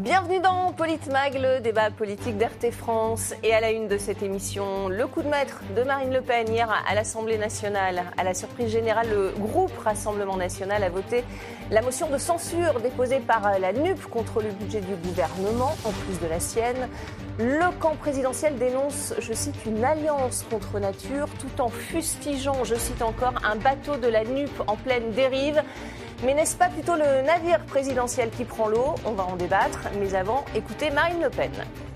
Bienvenue dans Politmag, le débat politique d'RT France. Et à la une de cette émission, le coup de maître de Marine Le Pen hier à l'Assemblée nationale. À la surprise générale, le groupe Rassemblement national a voté la motion de censure déposée par la NUP contre le budget du gouvernement, en plus de la sienne. Le camp présidentiel dénonce, je cite, une alliance contre nature, tout en fustigeant, je cite encore, un bateau de la NUP en pleine dérive. Mais n'est-ce pas plutôt le navire présidentiel qui prend l'eau ? On va en débattre, mais avant, écoutez Marine Le Pen.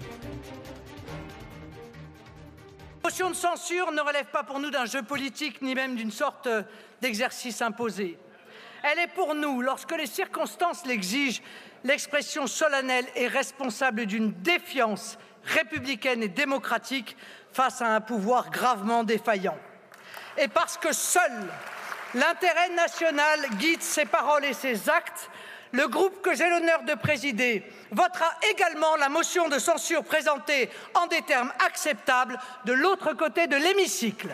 La motion de censure ne relève pas pour nous d'un jeu politique, ni même d'une sorte d'exercice imposé. Elle est pour nous, lorsque les circonstances l'exigent, l'expression solennelle et responsable d'une défiance républicaine et démocratique face à un pouvoir gravement défaillant. Et parce que seul l'intérêt national guide ses paroles et ses actes, le groupe que j'ai l'honneur de présider votera également la motion de censure présentée en des termes acceptables de l'autre côté de l'hémicycle.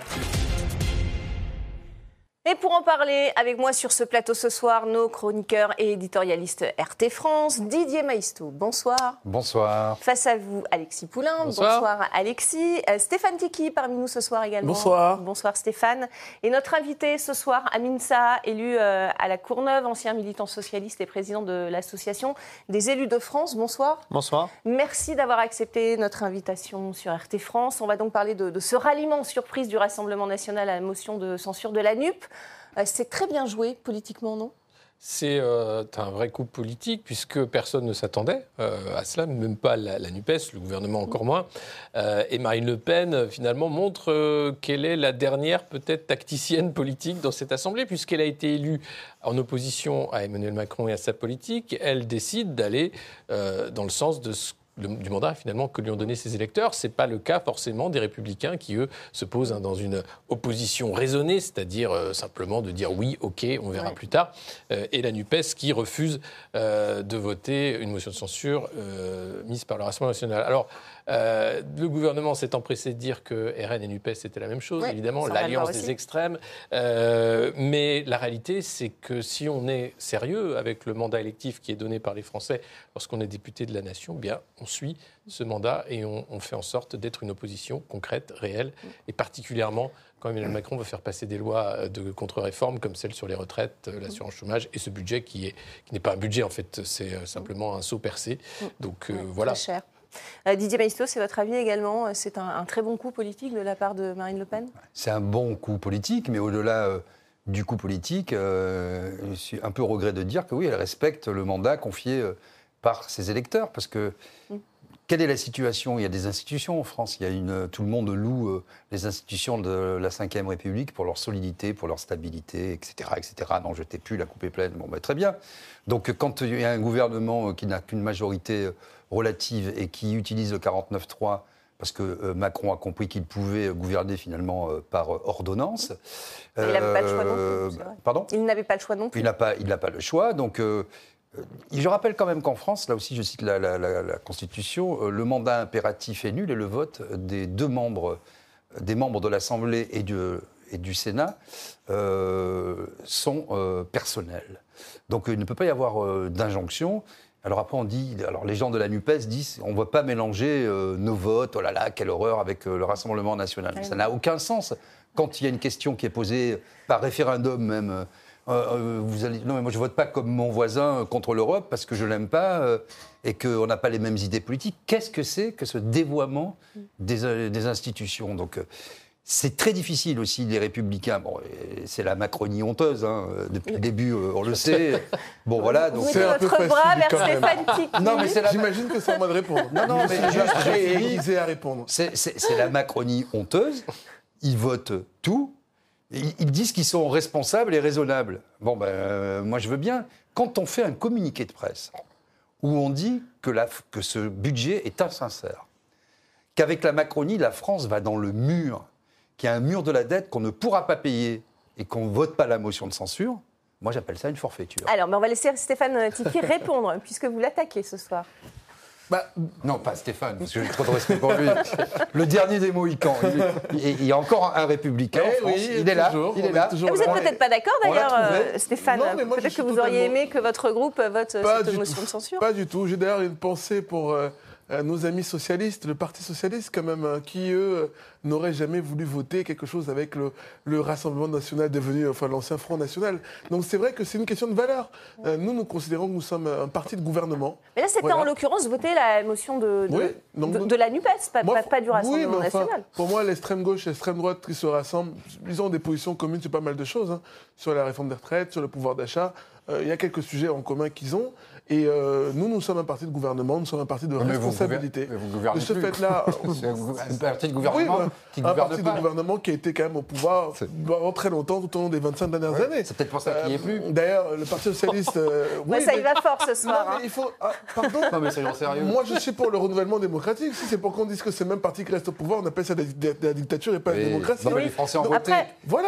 Et pour en parler avec moi sur ce plateau ce soir, nos chroniqueurs et éditorialistes RT France, Didier Maistre, bonsoir. Bonsoir. Face à vous, Alexis Poulain. Bonsoir Alexis. Stéphane Tiki parmi nous ce soir également. Bonsoir. Bonsoir Stéphane. Et notre invité ce soir, Amin Saha, élu à la Courneuve, ancien militant socialiste et président de l'association des élus de France. Bonsoir. Bonsoir. Merci d'avoir accepté notre invitation sur RT France. On va donc parler de ce ralliement surprise du Rassemblement national à la motion de censure de la NUP. C'est très bien joué politiquement, non ? C'est un vrai coup politique, puisque personne ne s'attendait à cela, même pas la NUPES, le gouvernement encore moins. Et Marine Le Pen, finalement, montre qu'elle est la dernière, peut-être, tacticienne politique dans cette Assemblée, puisqu'elle a été élue en opposition à Emmanuel Macron et à sa politique. Elle décide d'aller dans le sens de du mandat finalement que lui ont donné ses électeurs. Ce n'est pas le cas forcément des Républicains qui, eux, se posent dans une opposition raisonnée, c'est-à-dire simplement de dire oui, ok, on verra plus tard, et la NUPES qui refuse de voter une motion de censure mise par le Rassemblement national. Alors, le gouvernement s'est empressé de dire que RN et NUPES c'était la même chose, évidemment, l'alliance des extrêmes, mais la réalité c'est que si on est sérieux avec le mandat électif qui est donné par les Français lorsqu'on est député de la nation, bien on suit ce mandat et on fait en sorte d'être une opposition concrète, réelle, et particulièrement quand Emmanuel Macron veut faire passer des lois de contre-réforme comme celle sur les retraites, l'assurance chômage et ce budget qui n'est pas un budget en fait, c'est simplement un seau percé. Donc voilà. Très cher. Didier Maistre, c'est votre avis également ? C'est un très bon coup politique de la part de Marine Le Pen ? C'est un bon coup politique, mais au-delà du coup politique, je suis un peu au regret de dire que oui, elle respecte le mandat confié par ses électeurs, parce que quelle est la situation ? Il y a des institutions en France, tout le monde loue les institutions de la Ve République pour leur solidité, pour leur stabilité, etc. etc. N'en jetez plus, la coupe est pleine. Bon, très bien. Donc quand il y a un gouvernement qui n'a qu'une majorité relative et qui utilise le 49.3 parce que Macron a compris qu'il pouvait gouverner finalement par ordonnance. Il n'avait pas le choix non plus, c'est vrai. Pardon ? Il n'avait pas le choix non plus. Il n'a pas le choix, donc... je rappelle quand même qu'en France, là aussi je cite la Constitution, le mandat impératif est nul et le vote des membres de l'Assemblée et du Sénat sont personnels. Donc il ne peut pas y avoir d'injonction. Alors après les gens de la NUPES disent on ne va pas mélanger nos votes, oh là là, quelle horreur, avec le Rassemblement national. Ça n'a aucun sens. Quand il y a une question qui est posée par référendum même... non, mais moi je vote pas comme mon voisin contre l'Europe parce que je l'aime pas et qu'on n'a pas les mêmes idées politiques. Qu'est-ce que c'est que ce dévoiement des institutions ? Donc c'est très difficile aussi, les Républicains. Bon, c'est la Macronie honteuse, depuis le début, on le sait. Bon, voilà. Donc c'est un peu votre bras vers Stéphane Tiki. Non, mais j'imagine que c'est à moi de répondre. Non, mais j'ai aiguisé à répondre. C'est la Macronie honteuse. Ils votent tout. Ils disent qu'ils sont responsables et raisonnables. Bon, moi, je veux bien. Quand on fait un communiqué de presse où on dit que ce budget est insincère, qu'avec la Macronie, la France va dans le mur, qu'il y a un mur de la dette qu'on ne pourra pas payer et qu'on ne vote pas la motion de censure, moi, j'appelle ça une forfaiture. Alors, on va laisser Stéphane Tiki répondre, puisque vous l'attaquez ce soir. Non, pas Stéphane, parce que j'ai trop de respect pour lui. Le dernier des Mohicans. Il y a encore un républicain en France. Oui, il est là. Il est là. Vous n'êtes peut-être pas d'accord d'ailleurs, Stéphane. Non, mais moi, je Peut-être suis que vous auriez totalement- aimé que votre groupe vote cette motion de censure. Pas du tout. J'ai d'ailleurs une pensée pour nos amis socialistes, le Parti socialiste quand même, qui eux n'auraient jamais voulu voter quelque chose avec le Rassemblement national devenu, enfin l'ancien Front national. Donc c'est vrai que c'est une question de valeur. Nous considérons que nous sommes un parti de gouvernement. Mais là, c'était Voilà. en l'occurrence voter la motion de la NUPES, pas du Rassemblement mais enfin, national. pour moi, l'extrême gauche et l'extrême droite qui se rassemblent, ils ont des positions communes sur pas mal de choses, hein, sur la réforme des retraites, sur le pouvoir d'achat. Il y a quelques sujets en commun qu'ils ont. Et nous sommes un parti de gouvernement, nous sommes un parti de responsabilité. Mais vous gouvernez De ce plus. fait-là, C'est un parti de gouvernement qui un gouverne parti pas. de gouvernement qui a été quand même au pouvoir pendant très longtemps, tout au long des 25 dernières années. C'est peut-être pour ça qu'il n'y est plus. D'ailleurs, le Parti socialiste... Ça y va fort ce soir. Non, mais il faut... pardon. Non, mais soyons sérieux. Moi, je suis pour le renouvellement démocratique. Si c'est pour qu'on dise que c'est le même parti qui reste au pouvoir, on appelle ça la dictature et pas la démocratie. Non, mais les Français ont voté Après, voilà,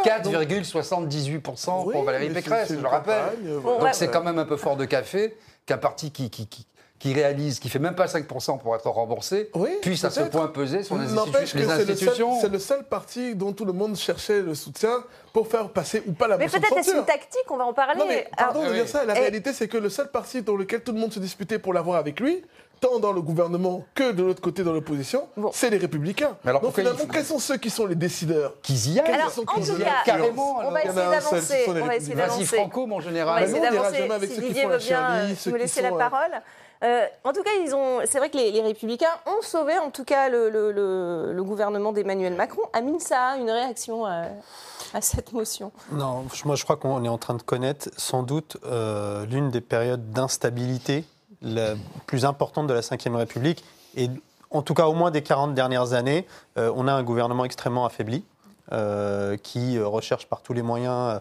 4,78% pour Valérie mais Pécresse, c'est je une le rappelle. campagne, voilà. Donc c'est quand même un peu fort de café qu'un parti qui réalise, qui fait même pas 5% pour être remboursé, Oui, puisse à ce peut-être. point peser sur les N'empêche que institutions. c'est le seul parti dont tout le monde cherchait le soutien pour faire passer ou pas la Mais motion de peut-être est-ce censure. une tactique, on va en parler. Non mais pardon Alors, de dire ça, la et- réalité c'est que le seul parti dans lequel tout le monde se disputait pour l'avoir avec lui, tant dans le gouvernement que de l'autre côté dans l'opposition, Bon. c'est les Républicains. Mais alors Donc pourquoi finalement, quels sont ceux qui sont les décideurs Qu'ils y aillent. Alors, sont en qui tout ont cas, carrément, on va alors. essayer Il y en a un seul, ce d'avancer. sont les On va essayer Républicains. Vas-y, d'avancer. Franco, mon On va général. essayer nous, on n'ira d'avancer. jamais avec Si ceux qui Didier font la veut bien Shirley, ceux me qui laisser sont, la parole. En tout cas, c'est vrai que les Républicains ont sauvé, en tout cas, le gouvernement d'Emmanuel Macron. Amine Saha, une réaction à cette motion? Non, moi je crois qu'on est en train de connaître sans doute l'une des périodes d'instabilité la plus importante de la Ve République. Et en tout cas, au moins des 40 dernières années, on a un gouvernement extrêmement affaibli. Qui recherche par tous les moyens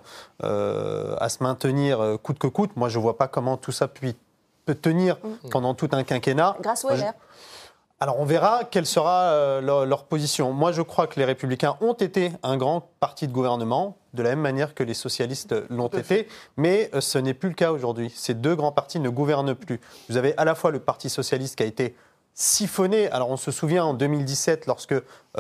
à se maintenir coûte que coûte. Moi, je ne vois pas comment tout ça peut tenir pendant tout un quinquennat. Grâce au LR. Alors, on verra quelle sera leur position. Moi, je crois que les Républicains ont été un grand parti de gouvernement, de la même manière que les socialistes l'ont été, mais ce n'est plus le cas aujourd'hui. Ces deux grands partis ne gouvernent plus. Vous avez à la fois le Parti socialiste qui a été siphonné. Alors, on se souvient en 2017, lorsque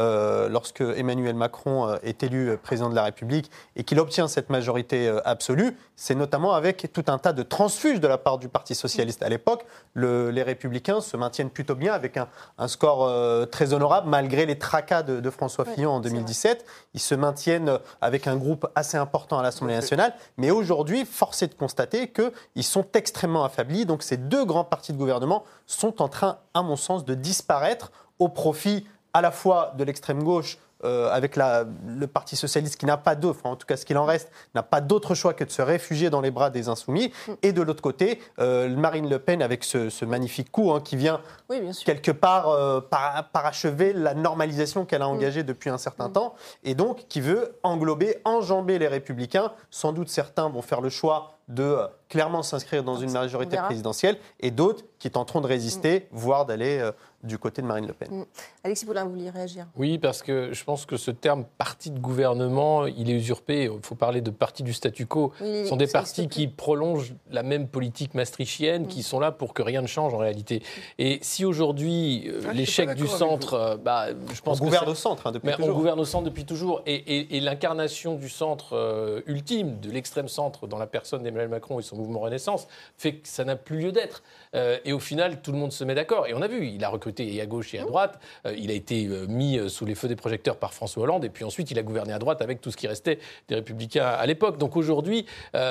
Emmanuel Macron est élu président de la République et qu'il obtient cette majorité absolue, c'est notamment avec tout un tas de transfuges de la part du Parti socialiste. À l'époque, les Républicains se maintiennent plutôt bien avec un score très honorable, malgré les tracas de François Fillon en 2017. Ils se maintiennent avec un groupe assez important à l'Assemblée nationale. Mais aujourd'hui, force est de constater qu'ils sont extrêmement affaiblis. Donc, ces deux grands partis de gouvernement sont en train, à mon sens, de disparaître au profit à la fois de l'extrême gauche, avec le Parti socialiste qui n'a pas d'autre, en tout cas ce qu'il en reste, n'a pas d'autre choix que de se réfugier dans les bras des insoumis. Et de l'autre côté, Marine Le Pen avec ce magnifique coup qui vient quelque part parachever la normalisation qu'elle a engagée depuis un certain temps, et donc qui veut enjamber les Républicains. Sans doute certains vont faire le choix de clairement s'inscrire dans une majorité présidentielle, et d'autres qui tenteront de résister, voire d'aller du côté de Marine Le Pen. Alexis Poulain, vous vouliez réagir? Oui, parce que je pense que ce terme parti de gouvernement, il est usurpé. Il faut parler de parti du statu quo. Ce sont des partis qui prolongent la même politique maastrichtienne, qui sont là pour que rien ne change en réalité. Et si aujourd'hui, l'échec du centre, je pense on gouverne au centre depuis toujours. On gouverne au centre depuis toujours. Et l'incarnation du centre ultime, de l'extrême centre, dans la personne d'Emmanuel Macron et son mouvement Renaissance, fait que ça n'a plus lieu d'être. Et au final, tout le monde se met d'accord. Et on a vu, il a recruté et à gauche et à droite. Il a été mis sous les feux des projecteurs par François Hollande. Et puis ensuite, il a gouverné à droite avec tout ce qui restait des Républicains à l'époque. Donc aujourd'hui,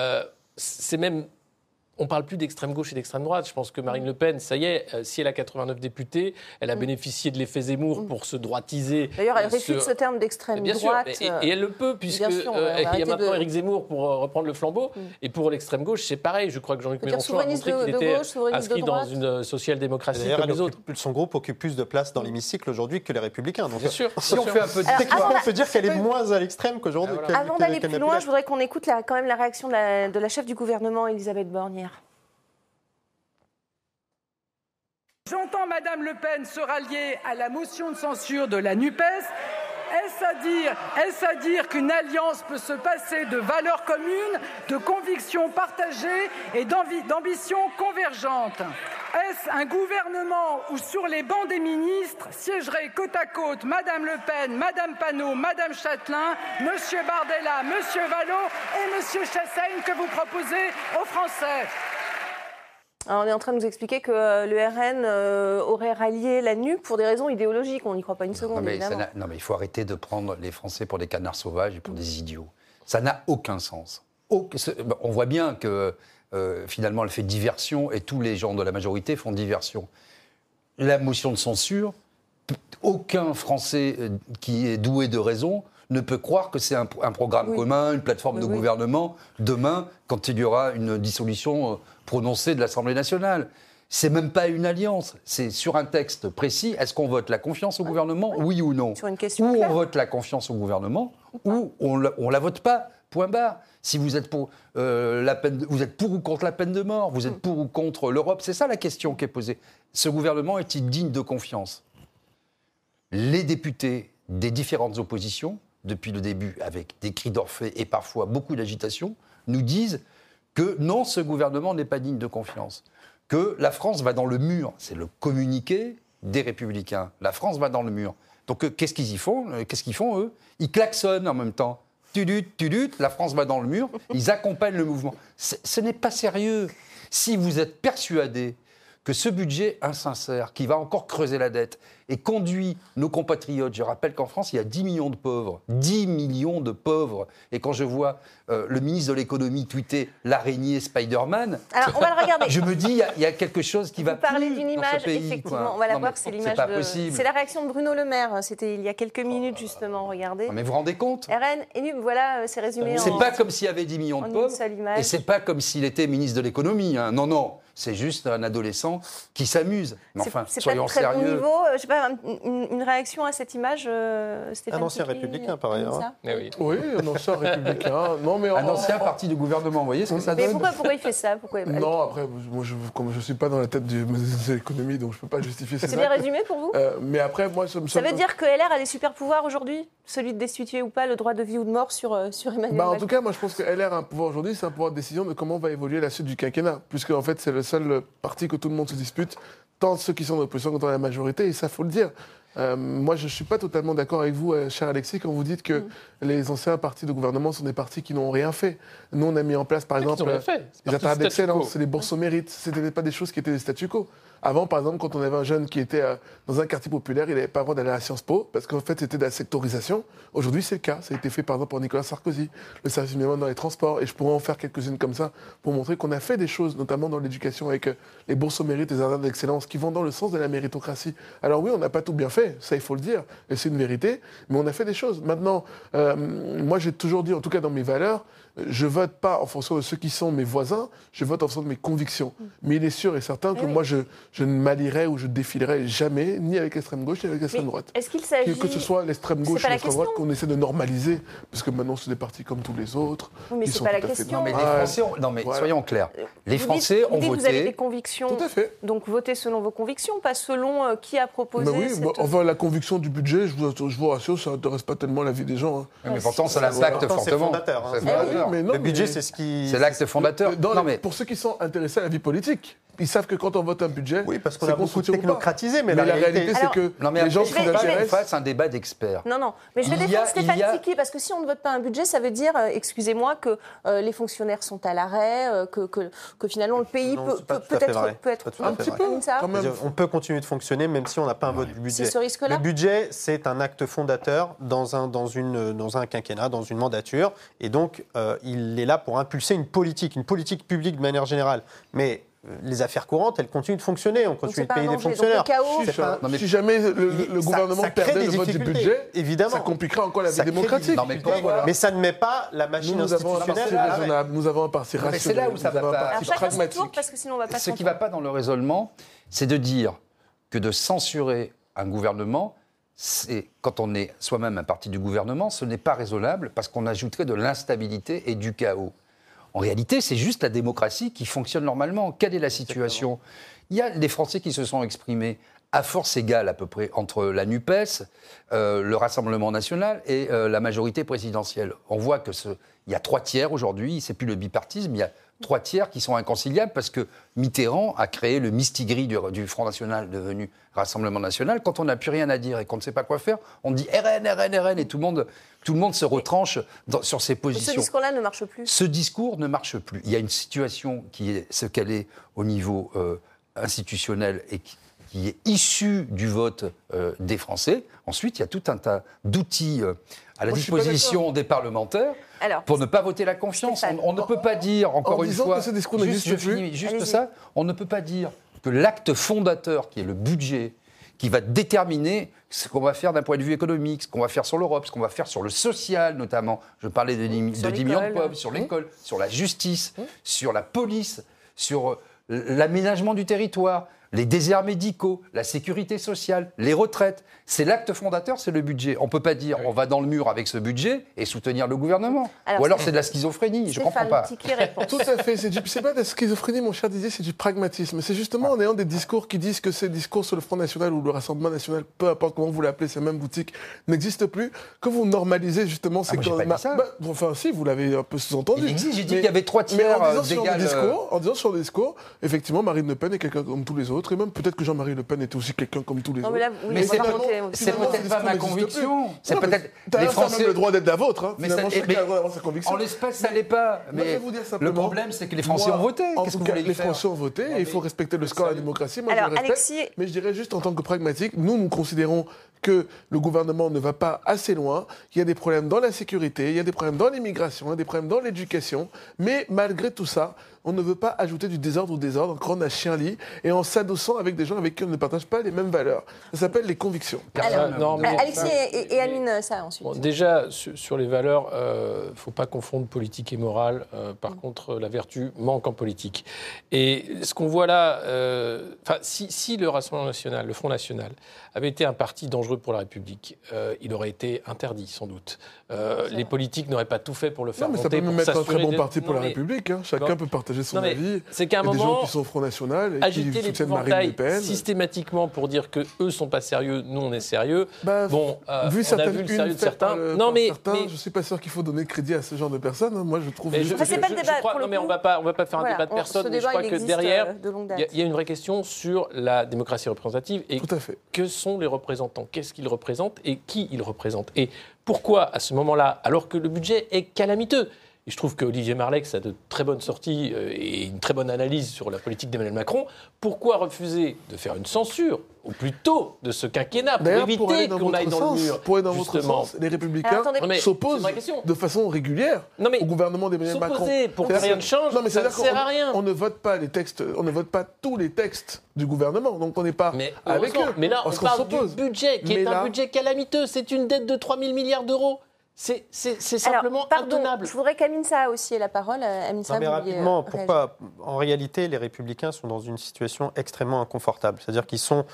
c'est même... On ne parle plus d'extrême gauche et d'extrême droite. Je pense que Marine Le Pen, ça y est, si elle a 89 députés, elle a bénéficié de l'effet Zemmour pour se droitiser. D'ailleurs, elle réfute ce terme d'extrême droite. Et elle le peut, puisqu'il y a maintenant Éric Zemmour pour reprendre le flambeau. Et pour l'extrême gauche, c'est pareil. Je crois que Jean-Luc Mélenchon a montré qu'il était inscrit dans une social-démocratie comme les autres. Son groupe occupe plus de place dans l'hémicycle aujourd'hui que les Républicains. Donc, bien sûr. Si on fait un peu de techniquement, on peut dire qu'elle est moins à l'extrême qu'aujourd'hui. Avant d'aller plus loin, je voudrais qu'on écoute quand même la réaction de la chef du gouvernement, Elisabeth Borne. J'entends Madame Le Pen se rallier à la motion de censure de la NUPES. Est-ce à dire qu'une alliance peut se passer de valeurs communes, de convictions partagées et d'ambitions convergentes? Est-ce un gouvernement où sur les bancs des ministres siégeraient côte à côte Madame Le Pen, Madame Panot, Madame Châtelain, Monsieur Bardella, Monsieur Vallot et Monsieur Chassaigne que vous proposez aux Français? Alors, on est en train de nous expliquer que le RN aurait rallié la NUP pour des raisons idéologiques. On n'y croit pas une seconde, évidemment. Non, mais il faut arrêter de prendre les Français pour des canards sauvages et pour des idiots. Ça n'a aucun sens. On voit bien que finalement, elle fait diversion et tous les gens de la majorité font diversion. La motion de censure, aucun Français qui est doué de raison ne peut croire que c'est un programme commun, une plateforme de gouvernement, demain, quand il y aura une dissolution prononcée de l'Assemblée nationale. C'est même pas une alliance, c'est sur un texte précis. Est-ce qu'on vote la confiance au gouvernement, oui ou non? Sur une question ou claire. on vote la confiance au gouvernement, ou on la vote pas, point barre. Si vous êtes pour vous êtes pour ou contre la peine de mort, vous êtes pour ou contre l'Europe, c'est ça la question qui est posée. Ce gouvernement est-il digne de confiance? Les députés des différentes oppositions, depuis le début, avec des cris d'orfée et parfois beaucoup d'agitation, nous disent que non, ce gouvernement n'est pas digne de confiance, que la France va dans le mur. C'est le communiqué des Républicains. La France va dans le mur. Donc qu'est-ce qu'ils y font? Qu'est-ce qu'ils font, eux? Ils klaxonnent en même temps. Tudut, la France va dans le mur. Ils accompagnent le mouvement. Ce n'est pas sérieux. Si vous êtes persuadés que ce budget insincère, qui va encore creuser la dette, et conduit nos compatriotes, je rappelle qu'en France, il y a 10 millions de pauvres. 10 millions de pauvres. Et quand je vois le ministre de l'économie tweeter l'araignée Spider-Man, Alors, on va le regarder. je me dis, il y a quelque chose qui va Vous parlez plus d'une dans image, ce pays, effectivement. quoi. On va la Non, voir, mais c'est l'image pas de... possible. C'est la réaction de Bruno Le Maire. C'était il y a quelques minutes, justement. Regardez. Non, mais vous vous rendez compte? RN et NUP, voilà, c'est résumé C'est en... pas comme s'il y avait 10 millions en de une pauvres, seule image. et c'est pas comme s'il était ministre de l'économie. Hein. Non, non, c'est juste un adolescent qui s'amuse. Mais enfin, c'est pas soyons de très sérieux. bon niveau. Je sais pas, une réaction à cette image, Stéphane Un ancien Piquet, républicain, par ailleurs, comme hein. ça. Eh oui. Oui, un ancien républicain. Non, mais Un ancien parti de gouvernement, vous voyez ce que ça Mais donne? pourquoi il fait ça? Non, après, moi, comme je ne suis pas dans la tête de l'économie, donc je ne peux pas justifier ces C'est bien actes. résumé pour vous? Mais après, moi, ça Ça veut dire que LR a des super pouvoirs aujourd'hui? Celui de destituer ou pas le droit de vie ou de mort sur Emmanuel En Macron? tout cas, moi, je pense que LR a un pouvoir aujourd'hui, c'est un pouvoir de décision de comment va évoluer la suite du quinquennat. Puisque, en fait, c'est le seul parti que tout le monde se dispute, tant ceux qui sont dans l'opposition que dans la majorité, et ça, faut le dire. Moi, je ne suis pas totalement d'accord avec vous, cher Alexis, quand vous dites que les anciens partis de gouvernement sont des partis qui n'ont rien fait. Nous, on a mis en place, par exemple, les attards d'excellence, c'est les bourses au mérite. Ce n'étaient pas des choses qui étaient des statu quo. Avant, par exemple, quand on avait un jeune qui était dans un quartier populaire, il n'avait pas le droit d'aller à Sciences Po, parce qu'en fait, c'était de la sectorisation. Aujourd'hui, c'est le cas. Ça a été fait, par exemple, par Nicolas Sarkozy, le service minimum dans les transports. Et je pourrais en faire quelques-unes comme ça pour montrer qu'on a fait des choses, notamment dans l'éducation, avec les bourses au mérite, les attards d'excellence, qui vont dans le sens de la méritocratie. Alors oui, on n'a pas tout bien fait, ça, il faut le dire, et c'est une vérité, mais on a fait des choses. Maintenant, moi, j'ai toujours dit, en tout cas dans mes valeurs, je vote pas en fonction de ceux qui sont mes voisins, je vote en fonction de mes convictions. Mais il est sûr et certain que moi, je ne m'allierai ou je défilerai jamais, ni avec l'extrême gauche, ni avec l'extrême droite. Est-ce qu'il s'agit... Que ce soit l'extrême gauche ou l'extrême droite qu'on essaie de normaliser, parce que maintenant, c'est des partis comme tous les autres. Oui, mais c'est pas la question. Non, mais les Français, soyons clairs. Les Français ont voté... Vous avez des convictions. Tout à fait. Donc votez selon vos convictions, pas selon qui a proposé. Mais oui, enfin, la conviction du budget, je vous rassure, ça n'intéresse pas tellement la vie des gens. Hein. Oui, mais pourtant, ça l'impacte fortement. C'est fondateur. C'est fondateur. Mais le budget, c'est ce qui... C'est l'acte fondateur. Pour ceux qui sont intéressés à la vie politique, ils savent que quand on vote un budget, oui, parce qu'on c'est a beaucoup soutient ou pas. technocratisé, mais la la réalité, c'est que les gens qui qu'on s'intéressent... fasse un débat d'experts. Non, mais je vais défendre Stéphane Tiki, parce que si on ne vote pas un budget, ça veut dire, excusez-moi, que les fonctionnaires sont à l'arrêt, que finalement le pays peut être un petit peu, quand même. On peut continuer de fonctionner même si on n'a pas un vote du budget. C'est ce risque-là. Le budget, c'est un acte fondateur dans un quinquennat, dans une mandature, et donc il est là pour impulser une politique publique de manière générale. Mais les affaires courantes, elles continuent de fonctionner. On continue de payer des fonctionnaires. Si jamais le gouvernement perdait le vote du budget, évidemment, ça compliquerait encore la vie démocratique. Mais ça ne met pas la machine institutionnelle. Nous avons un parti rationnel. C'est là où ça va pas. Pragmatique. Parce que sinon on va pas. Ce qui ne va pas dans le raisonnement, c'est de dire que de censurer un gouvernement, quand on est soi-même un parti du gouvernement, ce n'est pas raisonnable parce qu'on ajouterait de l'instabilité et du chaos. En réalité, c'est juste la démocratie qui fonctionne normalement. Quelle est la situation ? Il y a des Français qui se sont exprimés à force égale à peu près entre la NUPES, le Rassemblement national et la majorité présidentielle. On voit qu'il y a 3 tiers aujourd'hui, c'est plus le bipartisme, il y a 3 tiers qui sont inconciliables parce que Mitterrand a créé le mistigris du Front National devenu Rassemblement National. Quand on n'a plus rien à dire et qu'on ne sait pas quoi faire, on dit RN, RN, RN et tout le monde se retranche sur ses positions. Ce discours-là ne marche plus. Ce discours ne marche plus. Il y a une situation qui est ce qu'elle est au niveau institutionnel et qui est issue du vote des Français. Ensuite, il y a tout un tas d'outils à la disposition des parlementaires pour ne pas voter la confiance. On ne peut pas dire, encore une fois, on ne peut pas dire que l'acte fondateur, qui est le budget, qui va déterminer ce qu'on va faire d'un point de vue économique, ce qu'on va faire sur l'Europe, ce qu'on va faire sur le social notamment. Je parlais de 10 millions de pauvres, sur l'école, sur la justice, sur la police, sur l'aménagement du territoire, les déserts médicaux, la sécurité sociale, les retraites. C'est l'acte fondateur, c'est le budget. On ne peut pas dire on va dans le mur avec ce budget et soutenir le gouvernement. Ou alors c'est de la schizophrénie, je ne comprends pas. Tout à fait, c'est pas de la schizophrénie, mon cher Didier, c'est du pragmatisme. C'est justement en ayant des discours qui disent que ces discours sur le Front National ou le Rassemblement National, peu importe comment vous l'appelez, c'est la même boutique, n'existent plus, que vous normalisez justement ces enfin si, vous l'avez un peu sous-entendu. J'ai dit qu'il y avait 3 tiers d'égal. En disant sur le discours, effectivement, Marine Le Pen est quelqu'un comme tous les autres. Et même peut-être que Jean-Marie Le Pen était aussi quelqu'un comme tous les autres. Mais c'est peut-être pas ma conviction. C'est peut-être les Français le droit d'être la vôtre. Hein. Mais en l'espèce, ça l'est pas. Mais le problème, c'est que les Français ont voté. Qu'est-ce que vous voulez faire ? Les Français ont voté et il faut respecter le score de la démocratie. Moi, je le respecte. Mais je dirais juste en tant que pragmatique, nous considérons que le gouvernement ne va pas assez loin. Il y a des problèmes dans la sécurité, il y a des problèmes dans l'immigration, il y a des problèmes dans l'éducation. Mais malgré tout ça, on ne veut pas ajouter du désordre au désordre, encore on a chien-lit, et en s'adossant avec des gens avec qui on ne partage pas les mêmes valeurs. Ça s'appelle les convictions. Alexis et Amine, ça ensuite. Bon, déjà, sur les valeurs, il ne faut pas confondre politique et morale. Par contre, la vertu manque en politique. Et ce qu'on voit là, si le Rassemblement national, le Front national, avait été un parti dangereux pour la République, il aurait été interdit, sans doute. Les politiques n'auraient pas tout fait pour le faire monter. Non, mais ça peut même être un très bon parti pour la République. Hein. Chacun peut partager son avis. C'est qu'à un moment, des gens qui sont au Front National et qui soutiennent Marine Le Pen. Systématiquement pour dire qu'eux ne sont pas sérieux, nous on est sérieux. Vu on a vu le sérieux de certains. Mais je ne suis pas sûr qu'il faut donner crédit à ce genre de personnes. Moi, je trouve... C'est pas le débat. On ne va pas faire un débat de personnes. Mais je crois que derrière, il y a une vraie question sur la démocratie représentative. Et que sont les représentants ? Qu'est-ce qu'ils représentent et qui ils représentent ? Et pourquoi, à ce moment-là, alors que le budget est calamiteux ? Et je trouve qu'Olivier Marleix a de très bonnes sorties et une très bonne analyse sur la politique d'Emmanuel Macron. Pourquoi refuser de faire une censure, ou plutôt de ce quinquennat, pour éviter qu'on aille dans le mur ? Pour aller dans votre sens, les Républicains s'opposent de façon régulière au gouvernement d'Emmanuel Macron. S'opposer pour que rien ne change, ça ne sert à rien. On ne vote pas les textes, on ne vote pas tous les textes du gouvernement, donc on n'est pas avec eux. Mais là, on parle du budget, qui est un budget calamiteux. C'est une dette de 3 000 milliards d'euros. C'est simplement intenable. Je voudrais qu'Amine Saha aussi ait la parole. Amine Saha, mais rapidement, pourquoi ? En réalité, les Républicains sont dans une situation extrêmement inconfortable. C'est-à-dire qu'ils sont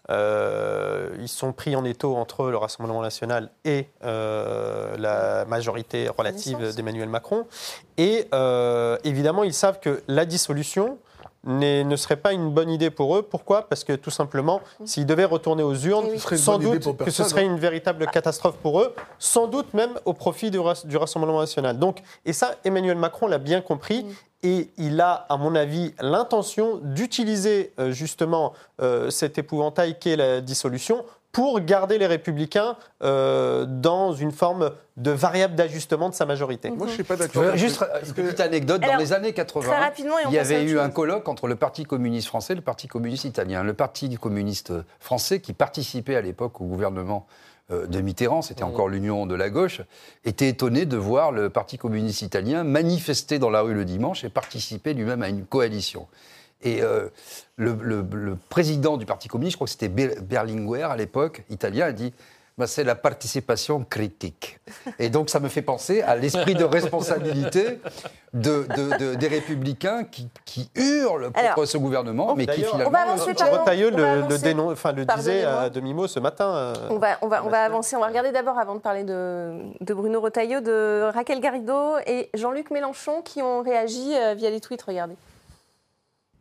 pris en étau entre le Rassemblement national et la majorité relative d'Emmanuel Macron. Et évidemment, ils savent que la dissolution ne serait pas une bonne idée pour eux. Pourquoi ? Parce que tout simplement, s'ils devaient retourner aux urnes, sans doute que ce serait une véritable catastrophe pour eux, sans doute même au profit du Rassemblement national. Donc, et ça, Emmanuel Macron l'a bien compris. Et il a, à mon avis, l'intention d'utiliser justement cet épouvantail qu'est la dissolution pour garder les Républicains dans une forme de variable d'ajustement de sa majorité. Moi, je ne suis pas d'accord. Juste une petite anecdote. Dans les années 80, il y avait eu un colloque entre le Parti communiste français et le Parti communiste italien. Le Parti communiste français, qui participait à l'époque au gouvernement de Mitterrand, c'était encore l'union de la gauche, était étonné de voir le Parti communiste italien manifester dans la rue le dimanche et participer lui-même à une coalition. Et le président du Parti communiste, je crois que c'était Berlinguer à l'époque, italien, a dit c'est la participation critique. Et donc ça me fait penser à l'esprit de responsabilité des Républicains qui hurlent contre ce gouvernement, mais qui finalement... Retailleau le disait à demi-mot ce matin. On va avancer. On va regarder d'abord, avant de parler de Bruno Retailleau, de Raquel Garrido et Jean-Luc Mélenchon qui ont réagi via les tweets. Regardez.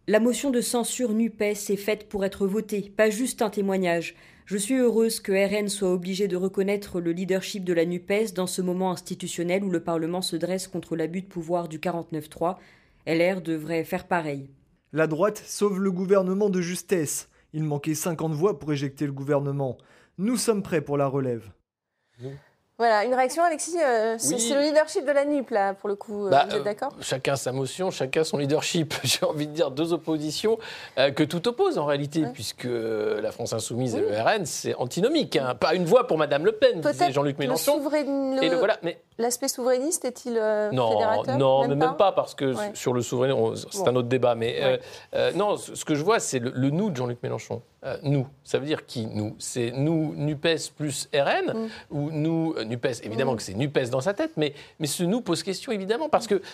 La motion de censure NUPES est faite pour être votée, pas juste un témoignage. Je suis heureuse que RN soit obligé de reconnaître le leadership de la NUPES dans ce moment institutionnel où le Parlement se dresse contre l'abus de pouvoir du 49.3. LR devrait faire pareil. La droite sauve le gouvernement de justesse. Il manquait 50 voix pour éjecter le gouvernement. Nous sommes prêts pour la relève. Voilà, une réaction, Alexis, c'est le leadership de la NUP, là, pour le coup. Vous êtes d'accord ? Chacun sa motion, chacun son leadership. J'ai envie de dire deux oppositions que tout oppose en réalité, puisque la France Insoumise et le RN, c'est antinomique. Hein. Pas une voix pour Madame Le Pen, disait Jean-Luc Mélenchon. L'aspect souverainiste est-il fédérateur ? Non, même pas, parce que sur le souverainisme, c'est un autre débat. Mais non, ce que je vois, c'est le nous de Jean-Luc Mélenchon. Nous, ça veut dire qui, nous ? C'est nous, NUPES plus RN, ou nous, NUPES, évidemment que c'est NUPES dans sa tête, mais ce nous pose question, évidemment, parce que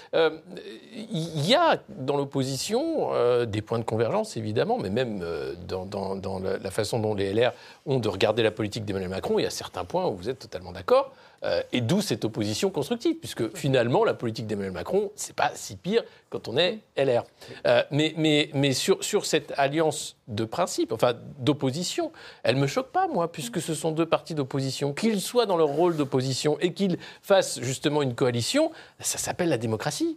il y a dans l'opposition des points de convergence, évidemment, mais même dans la façon dont les LR ont de regarder la politique d'Emmanuel Macron, il y a certains points où vous êtes totalement d'accord. Et d'où cette opposition constructive, puisque finalement, la politique d'Emmanuel Macron, c'est pas si pire quand on est LR. Mais sur cette alliance de principe, enfin d'opposition, elle me choque pas, moi, puisque ce sont deux partis d'opposition. Qu'ils soient dans leur rôle d'opposition et qu'ils fassent justement une coalition, ça s'appelle la démocratie.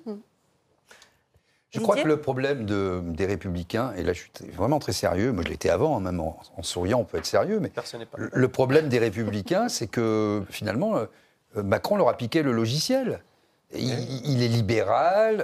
Je crois que le problème des Républicains, et là je suis vraiment très sérieux, moi je l'étais avant, hein, même en souriant on peut être sérieux, mais le problème des Républicains, c'est que finalement, Macron leur a piqué le logiciel. Il est libéral,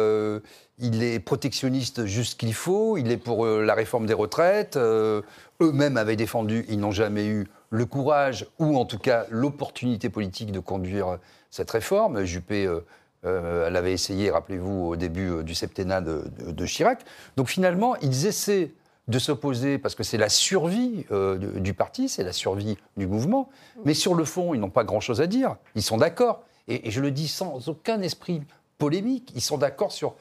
il est protectionniste juste qu'il faut, il est pour la réforme des retraites, eux-mêmes avaient défendu, ils n'ont jamais eu le courage, ou en tout cas l'opportunité politique de conduire cette réforme. Juppé... elle avait essayé, rappelez-vous, au début du septennat de Chirac. Donc finalement, ils essaient de s'opposer parce que c'est la survie du parti, c'est la survie du mouvement. Mais sur le fond, ils n'ont pas grand-chose à dire. Ils sont d'accord. Et je le dis sans aucun esprit polémique. Ils sont d'accord sur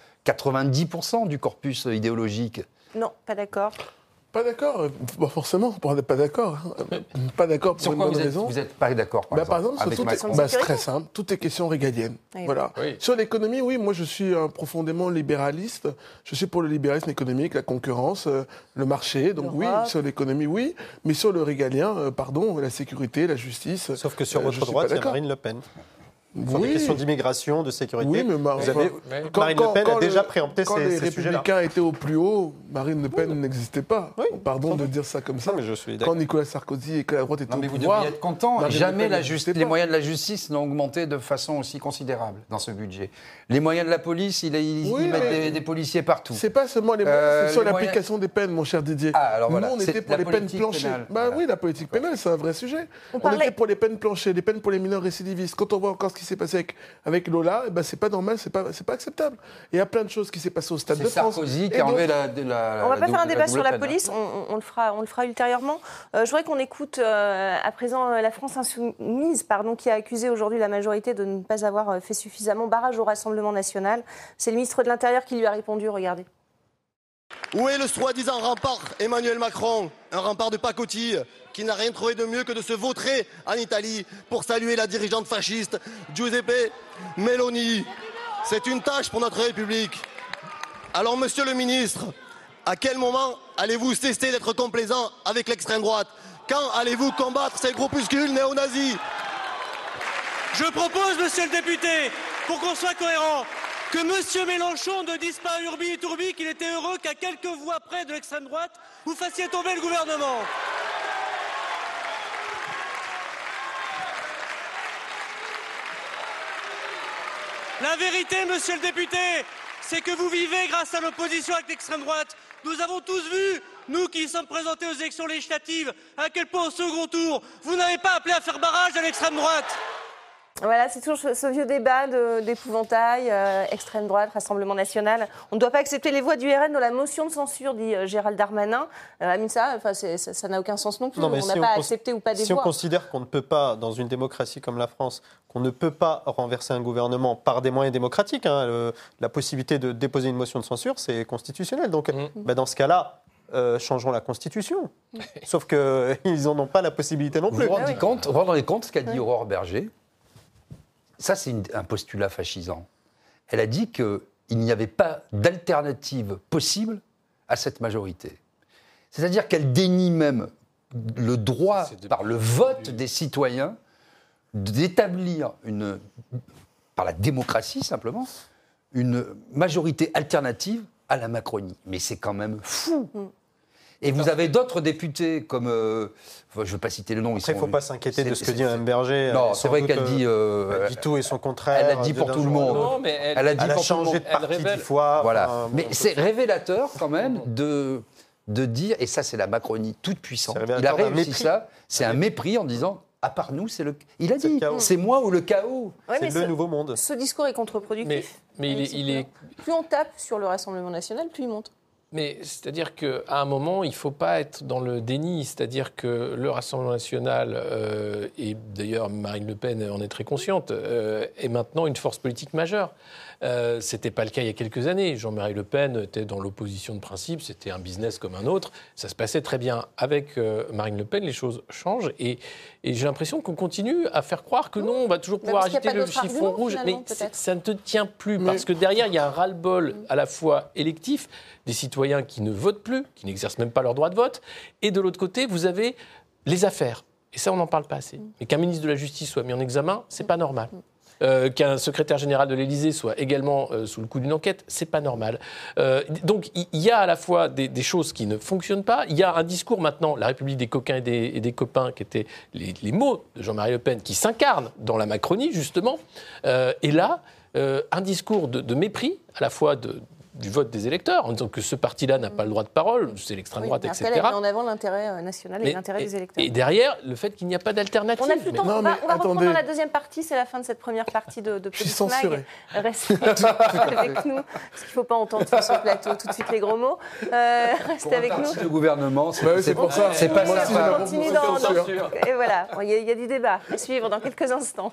90% du corpus idéologique. Non, pas d'accord. Pas d'accord, forcément, pas d'accord. Pas d'accord pour sur une quoi bonne raison. Vous n'êtes pas d'accord, par exemple c'est très simple, tout est question régalienne. Oui. Voilà. Oui. Sur l'économie, oui, moi je suis profondément libéraliste. Je suis pour le libéralisme économique, la concurrence, le marché. Donc oui, sur l'économie, oui. Mais sur le régalien, la sécurité, la justice. Sauf que sur votre droite, il y a Marine Le Pen. Enfin, des questions d'immigration, de sécurité. Oui, mais Marine Le Pen a déjà préempté ces sujets-là. Quand les Républicains étaient au plus haut, Marine Le Pen n'existait pas. Oui, pardon de dire ça comme ça. Non, mais je suis d'accord. Quand Nicolas Sarkozy et que la droite étaient au pouvoir... Mais vous devriez être content. Jamais les moyens de la justice n'ont augmenté de façon aussi considérable dans ce budget. Les moyens de la police, ils mettent des policiers partout. C'est pas seulement les moyens, c'est sur l'application des peines, mon cher Didier. Alors voilà, nous, on était pour les peines planchées. Oui, la politique pénale, c'est un vrai sujet. On était pour les peines planchées, les peines pour les mineurs récidivistes. Quand on voit encore ce qui s'est passé avec Lola, c'est pas normal, c'est pas acceptable. Il y a plein de choses qui s'est passé au Stade de France. C'est Sarkozy qui a enlevé la on va pas faire un débat sur la police, on le fera ultérieurement. Je voudrais qu'on écoute à présent la France Insoumise, qui a accusé aujourd'hui la majorité de ne pas avoir fait suffisamment barrage au Rassemblement national. C'est le ministre de l'Intérieur qui lui a répondu, regardez. Où est le soi-disant rempart Emmanuel Macron, un rempart de pacotille qui n'a rien trouvé de mieux que de se vautrer en Italie pour saluer la dirigeante fasciste Giuseppe Meloni. C'est une tâche pour notre République. Alors, monsieur le ministre, à quel moment allez-vous cesser d'être complaisant avec l'extrême droite ? Quand allez-vous combattre ces groupuscules néo-nazis ? Je propose, monsieur le député, pour qu'on soit cohérent, que monsieur Mélenchon ne dise pas urbi et tourbi qu'il était heureux qu'à quelques voix près de l'extrême droite, vous fassiez tomber le gouvernement. La vérité, monsieur le député, c'est que vous vivez grâce à l'opposition avec l'extrême droite. Nous avons tous vu, nous qui sommes présentés aux élections législatives, à quel point au second tour, vous n'avez pas appelé à faire barrage à l'extrême droite. Voilà, c'est toujours ce vieux débat d'épouvantail, extrême droite, Rassemblement national. On ne doit pas accepter les voix du RN dans la motion de censure, dit Gérald Darmanin. Amine, ça n'a aucun sens non plus. On n'a pas accepté ou pas des voix. Si on considère qu'on ne peut pas, dans une démocratie comme la France, qu'on ne peut pas renverser un gouvernement par des moyens démocratiques, la possibilité de déposer une motion de censure, c'est constitutionnel. Donc, dans ce cas-là, changeons la Constitution. Sauf qu'ils n'en ont pas la possibilité non plus. Vous vous rendez compte ce qu'a dit Aurore Berger ? Ça, c'est un postulat fascisant. Elle a dit qu'il n'y avait pas d'alternative possible à cette majorité. C'est-à-dire qu'elle dénie même le droit, par le vote des citoyens, d'établir, par la démocratie simplement, une majorité alternative à la Macronie. Mais c'est quand même fou. Et vous avez d'autres députés comme, je ne veux pas citer le nom. Après, il ne faut pas s'inquiéter de ce que dit Mme Berger. Non, c'est vrai qu'elle dit... elle dit tout et son contraire. Elle a dit pour tout le monde. Non, mais elle a dit elle a pour changé tout le monde. de parti 10 fois. Voilà. Mais c'est révélateur quand même de dire, et ça c'est la Macronie toute puissante, il a réussi ça, c'est un mépris en disant... À part nous, c'est le... Il a dit, c'est moi ou le chaos. Ouais, c'est le nouveau monde. Ce discours est contre-productif. Mais il est... Plus on tape sur le Rassemblement national, plus il monte. Mais c'est-à-dire qu'à un moment, il ne faut pas être dans le déni. C'est-à-dire que le Rassemblement national, et d'ailleurs Marine Le Pen en est très consciente, est maintenant une force politique majeure. Ce n'était pas le cas il y a quelques années. Jean-Marie Le Pen était dans l'opposition de principe, c'était un business comme un autre. Ça se passait très bien. Avec Marine Le Pen, les choses changent. Et j'ai l'impression qu'on continue à faire croire que non, on va toujours pouvoir agiter le chiffon rouge. Mais ça ne te tient plus. Parce que derrière, il y a un ras-le-bol à la fois électif, des citoyens qui ne votent plus, qui n'exercent même pas leur droit de vote. Et de l'autre côté, vous avez les affaires. Et ça, on n'en parle pas assez. Mais qu'un ministre de la Justice soit mis en examen, c'est pas normal. Qu'un secrétaire général de l'Élysée soit également sous le coup d'une enquête, c'est pas normal. Donc il y a à la fois des choses qui ne fonctionnent pas, il y a un discours maintenant, la République des coquins et des copains, qui étaient les mots de Jean-Marie Le Pen, qui s'incarnent dans la Macronie, justement. Et là, un discours de mépris, à la fois du vote des électeurs, en disant que ce parti-là n'a pas le droit de parole, c'est l'extrême droite, etc. Elle met en avant l'intérêt national et l'intérêt des électeurs. Et derrière, le fait qu'il n'y a pas d'alternative. On n'a plus le temps, on va reprendre dans la deuxième partie, c'est la fin de cette première partie de Politique Mag. Restez avec nous, parce qu'il ne faut pas entendre sur ce plateau tout de suite les gros mots. Restez avec nous. Le gouvernement, c'est pour ça. C'est pas ça. On continue et voilà, il y a du débat à suivre dans quelques instants.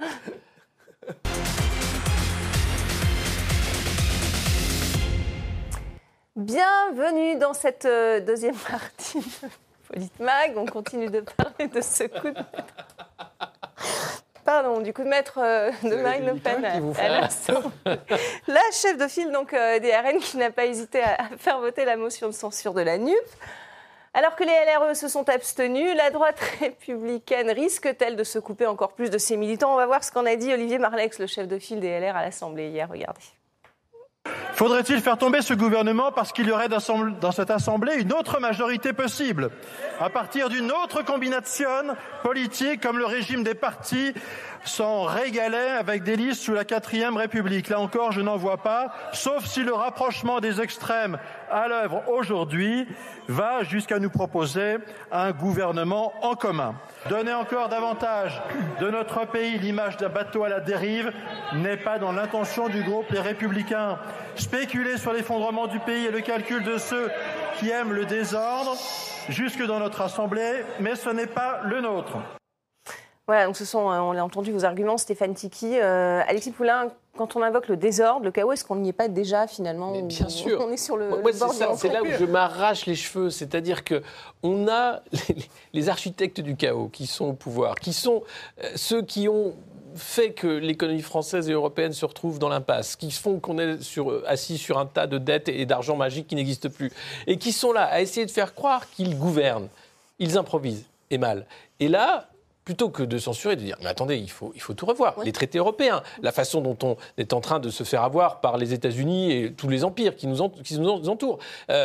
Bienvenue dans cette deuxième partie de Politmag. On continue de parler de ce coup de maître. Pardon, du coup de maître de Marine Le Pen à l'Assemblée. La chef de file donc, des RN qui n'a pas hésité à faire voter la motion de censure de la NUP. Alors que les LRE se sont abstenus, la droite républicaine risque-t-elle de se couper encore plus de ses militants ? On va voir ce qu'en a dit Olivier Marleix, le chef de file des LR à l'Assemblée hier. Regardez. Faudrait-il faire tomber ce gouvernement parce qu'il y aurait dans cette Assemblée une autre majorité possible, à partir d'une autre combinaison politique comme le régime des partis s'en régalait avec des listes sous la 4e République. Là encore, je n'en vois pas, sauf si le rapprochement des extrêmes à l'œuvre aujourd'hui va jusqu'à nous proposer un gouvernement en commun. Donner encore davantage de notre pays l'image d'un bateau à la dérive n'est pas dans l'intention du groupe Les Républicains. Spéculer sur l'effondrement du pays est le calcul de ceux qui aiment le désordre, jusque dans notre Assemblée, mais ce n'est pas le nôtre. Voilà, donc ce sont, on l'a entendu, vos arguments, Stéphane Tiki. Alexis Poulain, quand on invoque le désordre, le chaos, est-ce qu'on n'y est pas déjà finalement ? Bien sûr. On est sur le Moi, bord c'est là où je m'arrache les cheveux. C'est-à-dire qu'on a les architectes du chaos qui sont au pouvoir, qui sont ceux qui ont fait que l'économie française et européenne se retrouvent dans l'impasse, qui font qu'on est assis sur un tas de dettes et d'argent magique qui n'existe plus, et qui sont là à essayer de faire croire qu'ils gouvernent. Ils improvisent, et mal. Et là, plutôt que de censurer, de dire mais attendez, il faut tout revoir. Oui. Les traités européens, la façon dont on est en train de se faire avoir par les États-Unis et tous les empires qui nous entourent.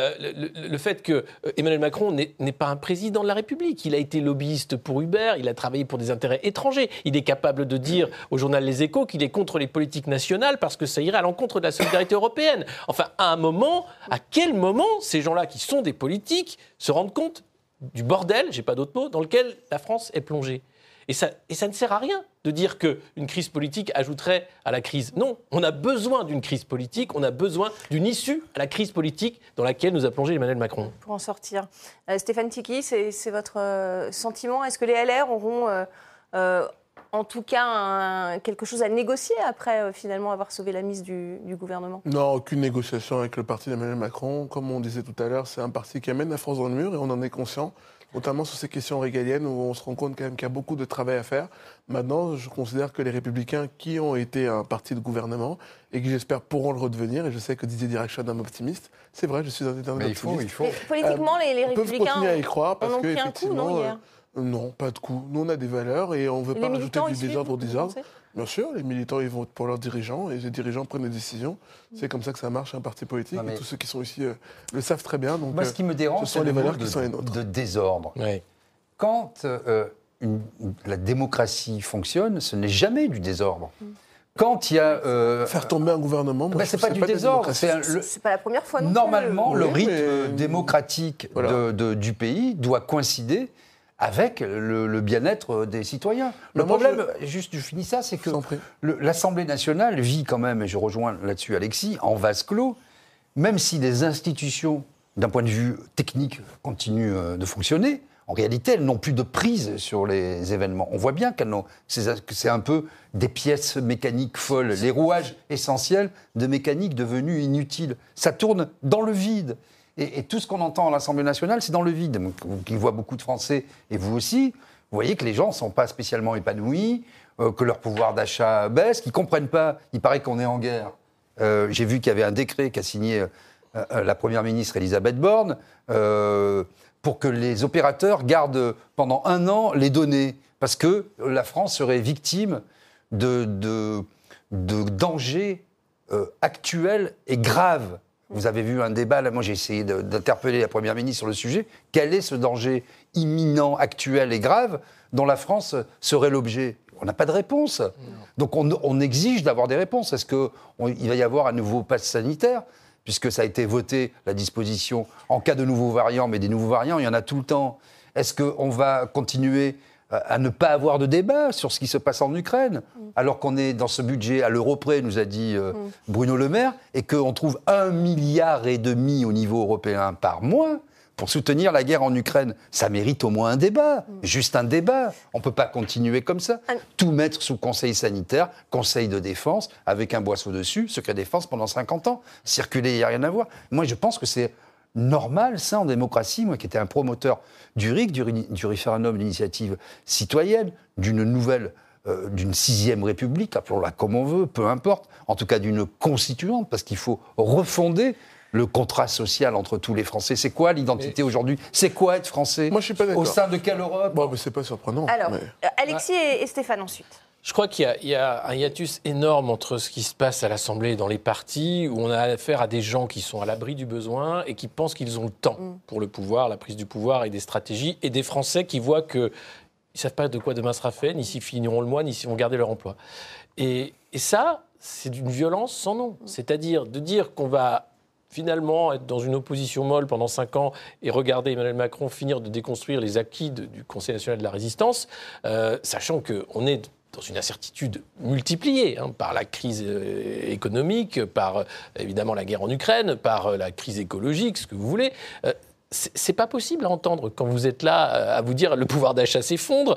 Le fait que Emmanuel Macron n'est pas un président de la République. Il a été lobbyiste pour Uber, il a travaillé pour des intérêts étrangers. Il est capable de dire au journal Les Échos qu'il est contre les politiques nationales parce que ça irait à l'encontre de la solidarité européenne. Enfin, à quel moment ces gens-là qui sont des politiques se rendent compte du bordel, j'ai pas d'autre mot, dans lequel la France est plongée. Et ça ne sert à rien de dire qu'une crise politique ajouterait à la crise. Non, on a besoin d'une crise politique, on a besoin d'une issue à la crise politique dans laquelle nous a plongé Emmanuel Macron. Pour en sortir. Stéphane Tiki, c'est votre sentiment ? Est-ce que les LR auront en tout cas quelque chose à négocier après finalement avoir sauvé la mise du gouvernement ? Non, aucune négociation avec le parti d'Emmanuel Macron. Comme on disait tout à l'heure, c'est un parti qui amène la France dans le mur et on en est conscient. notamment sur ces questions régaliennes où on se rend compte quand même qu'il y a beaucoup de travail à faire. Maintenant, je considère que les Républicains qui ont été un parti de gouvernement et qui, j'espère, pourront le redevenir, et je sais que Didier Dirac est un homme optimiste, c'est vrai, je suis un homme optimiste. Il faut. Mais politiquement, les Républicains continuer à y croire parce en ont que, pris un coup, non, hier non, pas de coup. Nous, on a des valeurs et on ne veut pas rajouter du désordre au désordre. Pensez Bien sûr, les militants, ils votent pour leurs dirigeants et les dirigeants prennent des décisions. C'est comme ça que ça marche, un parti politique. Et tous ceux qui sont ici le savent très bien. Donc, moi, ce qui me dérange, ce sont les valeurs qui sont les nôtres. De désordre. Oui. Quand la démocratie fonctionne, ce n'est jamais du désordre. Quand il y a... Faire tomber un gouvernement, c'est pas du désordre. C'est pas la première fois non Normalement, plus. le rythme démocratique du pays doit coïncider avec le bien-être des citoyens. Le problème, juste je finis ça, c'est que l'Assemblée nationale vit quand même, et je rejoins là-dessus Alexis, en vase clos, même si les institutions, d'un point de vue technique, continuent de fonctionner, en réalité, elles n'ont plus de prise sur les événements. On voit bien que c'est un peu des pièces mécaniques folles, les rouages essentiels de mécanique devenus inutiles. Ça tourne dans le vide. Et tout ce qu'on entend à l'Assemblée nationale, c'est dans le vide. Qui voit beaucoup de Français, et vous aussi, vous voyez que les gens ne sont pas spécialement épanouis, que leur pouvoir d'achat baisse, qu'ils ne comprennent pas. Il paraît qu'on est en guerre. J'ai vu qu'il y avait un décret qu'a signé la Première ministre Elisabeth Borne pour que les opérateurs gardent pendant 1 an les données, parce que la France serait victime de dangers actuels et graves. Vous avez vu un débat, là, moi j'ai essayé d'interpeller la Première ministre sur le sujet. Quel est ce danger imminent, actuel et grave dont la France serait l'objet ? On n'a pas de réponse. Non. Donc on exige d'avoir des réponses. Est-ce qu'il va y avoir un nouveau pass sanitaire ? Puisque ça a été voté, la disposition, en cas de nouveaux variants, mais des nouveaux variants, il y en a tout le temps. Est-ce qu'on va continuer à ne pas avoir de débat sur ce qui se passe en Ukraine, alors qu'on est dans ce budget à l'euro près, nous a dit Bruno Le Maire, et qu'on trouve 1,5 milliard au niveau européen par mois pour soutenir la guerre en Ukraine. Ça mérite au moins un débat, juste un débat. On ne peut pas continuer comme ça. Tout mettre sous conseil sanitaire, conseil de défense, avec un boisseau dessus, secret défense pendant 50 ans. Circuler, il n'y a rien à voir. Moi, je pense que c'est normal, ça, en démocratie, moi qui étais un promoteur du RIC, du référendum d'initiative citoyenne, d'une nouvelle, d'une 6e République, appelons-la comme on veut, peu importe, en tout cas d'une constituante, parce qu'il faut refonder le contrat social entre tous les Français. C'est quoi l'identité aujourd'hui ? C'est quoi être français ? Moi, je suis pas d'accord. Au sein de quelle Europe ? Bon, mais c'est pas surprenant. Alors, Alexis et Stéphane ensuite. Je crois qu'il y a un hiatus énorme entre ce qui se passe à l'Assemblée et dans les partis, où on a affaire à des gens qui sont à l'abri du besoin et qui pensent qu'ils ont le temps pour le pouvoir, la prise du pouvoir et des stratégies, et des Français qui voient qu'ils ne savent pas de quoi demain sera fait, ni s'ils finiront le mois, ni s'ils vont garder leur emploi. Et ça, c'est d'une violence sans nom. C'est-à-dire de dire qu'on va finalement être dans une opposition molle pendant 5 ans et regarder Emmanuel Macron finir de déconstruire les acquis du Conseil national de la résistance, sachant qu'on est dans une incertitude multipliée par la crise économique, par évidemment la guerre en Ukraine, par la crise écologique, ce que vous voulez. C'est pas possible à entendre quand vous êtes là à vous dire le pouvoir d'achat s'effondre,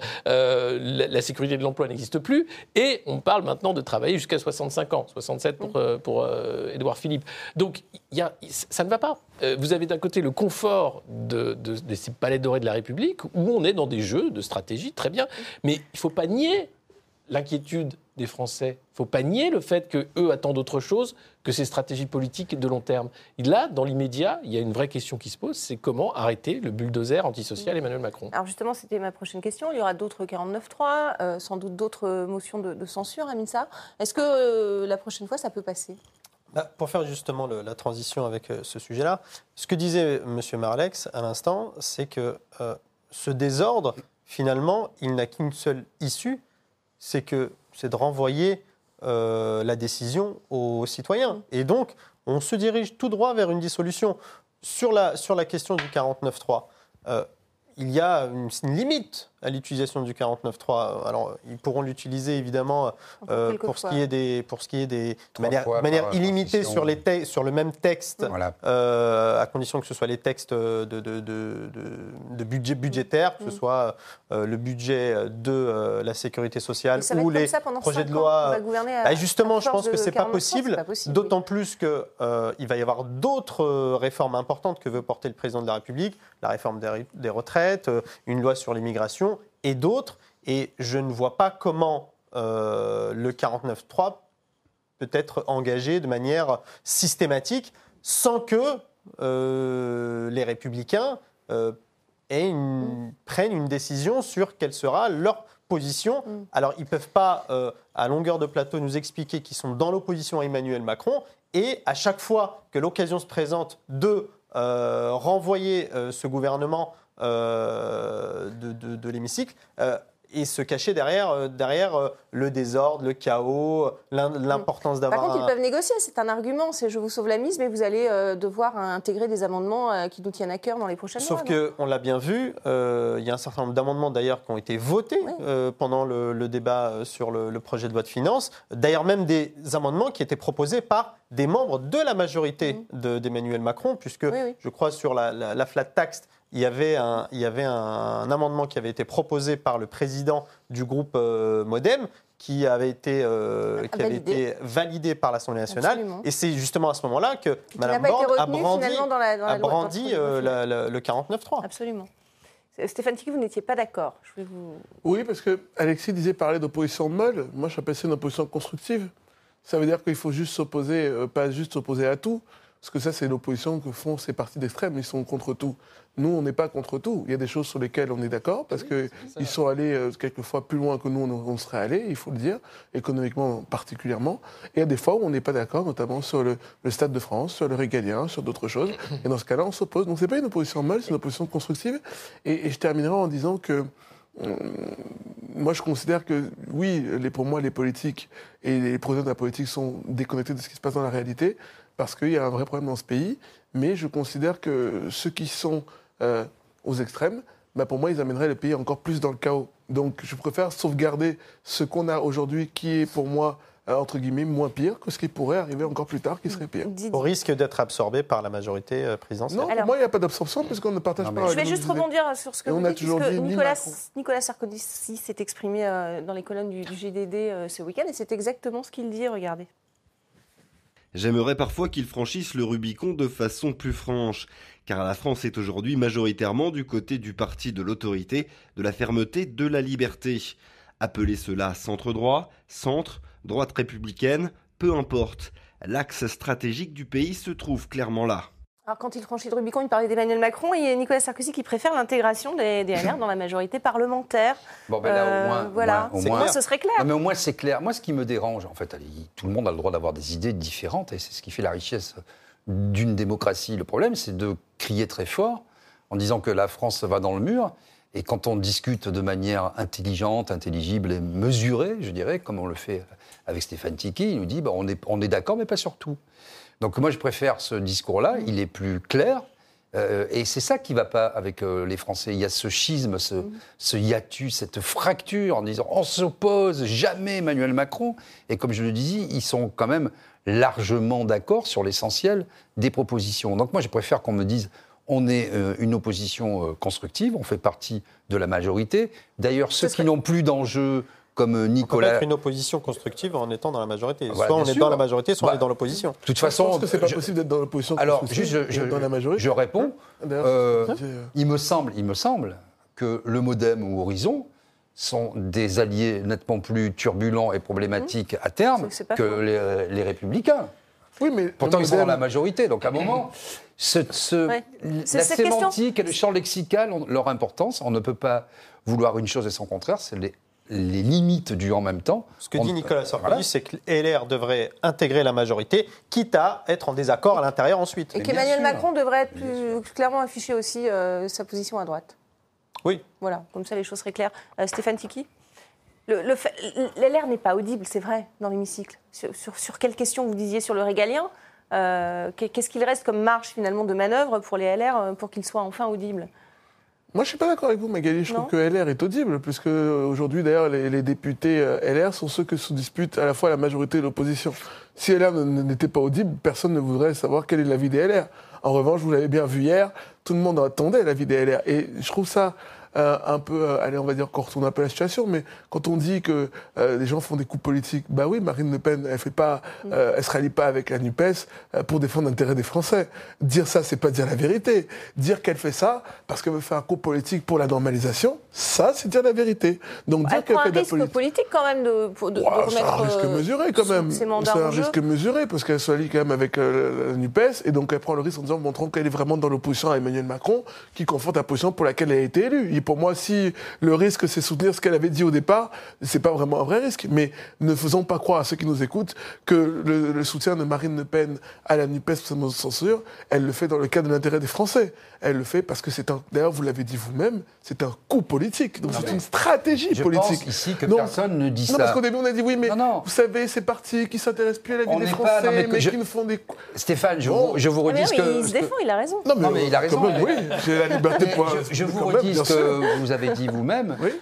la sécurité de l'emploi n'existe plus, et on parle maintenant de travailler jusqu'à 65 ans, 67 pour Édouard Philippe. Donc ça ne va pas. Vous avez d'un côté le confort de ces palais dorés de la République, où on est dans des jeux de stratégie, très bien, mais il ne faut pas nier l'inquiétude des Français. Il ne faut pas nier le fait qu'eux attendent autre chose que ces stratégies politiques de long terme. Et là, dans l'immédiat, il y a une vraie question qui se pose, c'est comment arrêter le bulldozer antisocial Emmanuel Macron. Alors justement, c'était ma prochaine question. Il y aura d'autres 49.3, sans doute d'autres motions de censure, Aminsa. Est-ce que la prochaine fois, ça peut passer ? Pour faire justement la transition avec ce sujet-là, ce que disait M. Marlex à l'instant, c'est que ce désordre, finalement, il n'a qu'une seule issue, c'est de renvoyer la décision aux citoyens. Et donc, on se dirige tout droit vers une dissolution. Sur la question du 49.3, il y a une limite à l'utilisation du 49.3. Alors, ils pourront l'utiliser évidemment pour ce qui est des de manière illimitée sur le même texte, à condition que ce soit les textes de budget budgétaire, que ce soit le budget de la sécurité sociale ou les projets de loi. Justement, je pense que c'est pas possible, d'autant plus qu'il va y avoir d'autres réformes importantes que veut porter le président de la République, la réforme des retraites, une loi sur l'immigration et d'autres. Et je ne vois pas comment le 49.3 peut être engagé de manière systématique sans que les Républicains prennent une décision sur quelle sera leur position. Alors, ils ne peuvent pas, à longueur de plateau, nous expliquer qu'ils sont dans l'opposition à Emmanuel Macron et à chaque fois que l'occasion se présente de renvoyer ce gouvernement de l'hémicycle et se cacher derrière le désordre, le chaos, l'importance d'avoir... Par contre, ils peuvent négocier, c'est un argument, c'est je vous sauve la mise, mais vous allez devoir intégrer des amendements qui nous tiennent à cœur dans les prochaines Sauf mois. Sauf qu'on l'a bien vu, il y a un certain nombre d'amendements d'ailleurs qui ont été votés pendant le débat sur le projet de loi de finances, d'ailleurs même des amendements qui étaient proposés par des membres de la majorité d'Emmanuel Macron, puisque je crois sur la flat tax, il y avait un amendement qui avait été proposé par le président du groupe Modem qui avait été validé par l'Assemblée nationale. Absolument. Et c'est justement à ce moment-là que Mme Borne a brandi le 49.3. Absolument. Stéphane Tiki, vous n'étiez pas d'accord. Oui, parce que Alexis parlait d'opposition molle. Moi, j'appelle ça une opposition constructive. Ça veut dire qu'il faut juste s'opposer, pas juste s'opposer à tout. Parce que ça, c'est l'opposition que font ces partis d'extrême. Ils sont contre tout. Nous, on n'est pas contre tout. Il y a des choses sur lesquelles on est d'accord, parce qu'ils sont allés quelquefois plus loin que nous, on serait allés, il faut le dire, économiquement particulièrement. Et il y a des fois où on n'est pas d'accord, notamment sur le Stade de France, sur le régalien, sur d'autres choses. Et dans ce cas-là, on s'oppose. Donc, ce n'est pas une opposition molle, c'est une opposition constructive. Et je terminerai en disant que moi, je considère que, oui, pour moi, les politiques et les projets de la politique sont déconnectés de ce qui se passe dans la réalité, parce qu'il y a un vrai problème dans ce pays. Mais je considère que ceux qui sont aux extrêmes, pour moi, ils amèneraient le pays encore plus dans le chaos. Donc, je préfère sauvegarder ce qu'on a aujourd'hui, qui est pour moi, entre guillemets, moins pire que ce qui pourrait arriver encore plus tard, qui serait pire. Au risque d'être absorbé par la majorité présidentielle. Non, pour moi, il n'y a pas d'absorption, puisqu'on ne partage pas... Je vais juste rebondir sur ce que vous dites, puisque Nicolas Sarkozy s'est exprimé dans les colonnes du GDD ce week-end, et c'est exactement ce qu'il dit, regardez. J'aimerais parfois qu'il franchisse le Rubicon de façon plus franche, car la France est aujourd'hui majoritairement du côté du parti de l'autorité, de la fermeté, de la liberté. Appelez cela centre-droit, centre, droite républicaine, peu importe. L'axe stratégique du pays se trouve clairement là. Alors quand il franchit le Rubicon, il parlait d'Emmanuel Macron et Nicolas Sarkozy qui préfère l'intégration des LR dans la majorité parlementaire. Bon, là, au moins, ce serait clair. Non, mais au moins, c'est clair. Moi, ce qui me dérange, en fait, tout le monde a le droit d'avoir des idées différentes et c'est ce qui fait la richesse d'une démocratie. Le problème, c'est de crier très fort en disant que la France va dans le mur. Et quand on discute de manière intelligente, intelligible et mesurée, je dirais, comme on le fait avec Stéphane Tiki, il nous dit on est d'accord, mais pas sur tout. Donc moi, je préfère ce discours-là, il est plus clair, et c'est ça qui ne va pas avec les Français. Il y a ce schisme, ce hiatus, cette fracture en disant on s'oppose jamais Emmanuel Macron. Et comme je le disais, ils sont quand même largement d'accord sur l'essentiel des propositions. Donc moi, je préfère qu'on me dise on est une opposition constructive, on fait partie de la majorité. D'ailleurs, ceux qui n'ont plus d'enjeu... Comme Nicolas... On peut être une opposition constructive en étant dans la majorité. Soit on est dans la majorité, soit on est dans l'opposition. De toute façon... Je pense que c'est pas possible d'être dans l'opposition constructive dans la majorité. Je réponds. Il me semble que le Modem ou Horizon sont des alliés nettement plus turbulents et problématiques à terme que les Républicains. Oui, mais pourtant, ils sont dans la majorité. Donc, à un moment, la sémantique et le champ lexical ont leur importance. On ne peut pas vouloir une chose et son contraire. C'est les limites du en même temps. Ce que dit Nicolas Sarkozy, c'est que LR devrait intégrer la majorité, quitte à être en désaccord à l'intérieur ensuite. Et qu'Emmanuel Macron devrait être plus clairement afficher aussi sa position à droite. Oui. Voilà, comme ça les choses seraient claires. Stéphane Tiki, l'LR n'est pas audible, c'est vrai, dans l'hémicycle. Sur quelle question vous disiez sur le régalien qu'est-ce qu'il reste comme marge finalement de manœuvre pour les LR pour qu'ils soient enfin audibles ? Moi, je suis pas d'accord avec vous, Magali. Je trouve que LR est audible, puisque aujourd'hui, d'ailleurs, les députés LR sont ceux que se disputent à la fois la majorité et l'opposition. Si LR n'était pas audible, personne ne voudrait savoir quel est l'avis des LR. En revanche, vous l'avez bien vu hier, tout le monde attendait l'avis des LR. Et je trouve ça un peu, allez, on va dire qu'on retourne un peu la situation, mais quand on dit que les gens font des coups politiques, bah oui, Marine Le Pen, elle se rallie pas avec la NUPES pour défendre l'intérêt des Français. Dire ça, c'est pas dire la vérité. Dire qu'elle fait ça parce qu'elle veut faire un coup politique pour la normalisation, ça, c'est dire la vérité. Donc dire qu'elle fait de la politique. politique quand même de remettre. C'est un risque mesuré quand même. C'est un risque mesuré parce qu'elle se allie quand même avec la NUPES et donc elle prend le risque en montrant qu'elle est vraiment dans l'opposition à Emmanuel Macron, qui conforte la position pour laquelle elle a été élue. Pour moi, si le risque, c'est soutenir ce qu'elle avait dit au départ, c'est pas vraiment un vrai risque. Mais ne faisons pas croire à ceux qui nous écoutent que le soutien de Marine Le Pen à la NUPES pour sa motion de censure, elle le fait dans le cadre de l'intérêt des Français. Elle le fait parce que d'ailleurs, vous l'avez dit vous-même, c'est un coup politique. Donc c'est une stratégie politique. Je pense ici que personne ne dit ça. Non, parce qu'au début, on a dit oui, mais vous savez, ces partis qui s'intéressent plus à la vie des Français, mais qui nous font des... Stéphane, je vous redis ce que... Il se défend, il a raison. Non, mais il a raison. Oui, j'ai la liberté pour... Je vous redis ce que vous avez dit vous-même. Oui.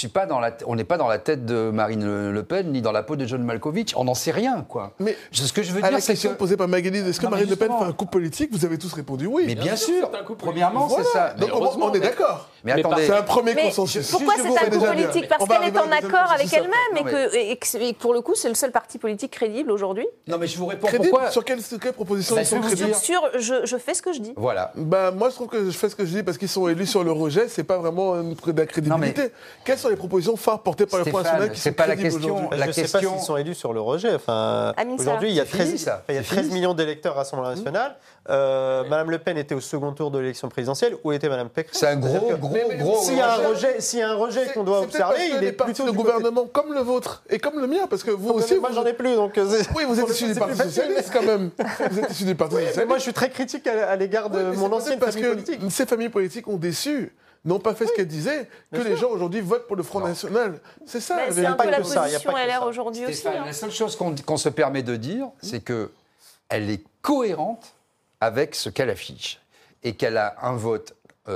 On n'est pas dans la tête de Marine Le Pen ni dans la peau de John Malkovich. On n'en sait rien, quoi. Mais ce que je veux dire, c'est la question posée par Magali, est-ce que Marine Le Pen fait un coup politique? Vous avez tous répondu oui. Mais bien sûr. Premièrement, c'est ça. Donc on est d'accord. Mais attendez, c'est un premier consensus. Pourquoi c'est un coup politique? Parce qu'elle est en accord avec elle-même et que pour le coup, c'est le seul parti politique crédible aujourd'hui. Non, mais je vous réponds pourquoi. Sur quelle proposition ils sont crédibles? Je fais ce que je dis. Voilà. Moi, je trouve que je fais ce que je dis parce qu'ils sont élus sur le rejet. C'est pas vraiment de la crédibilité. Quelles sont les propositions phares portées par le Front National qui sont crédibles aujourd'hui? Je ne sais pas s'ils sont élus sur le rejet. Enfin, aujourd'hui, il y a 13 millions d'électeurs à l'Assemblée nationale. Madame Le Pen était au second tour de l'élection présidentielle. Où était Madame Pécresse? C'est un gros. S'il y a un rejet qu'on doit observer, il est plutôt du gouvernement comme le vôtre et comme le mien, parce que vous aussi. Moi, j'en ai plus, donc. Oui, vous êtes issu du Parti socialiste quand même. Vous êtes issu du Parti socialiste. Moi, je suis très critique à l'égard de mon ancienne famille politique. Ces familles politiques ont déçu. N'ont pas fait ce qu'elles disaient, que les gens aujourd'hui votent pour le Front National. C'est ça. C'est un peu la position LR aujourd'hui aussi. La seule chose qu'on se permet de dire, c'est qu'elle est cohérente avec ce qu'elle affiche et qu'elle a un vote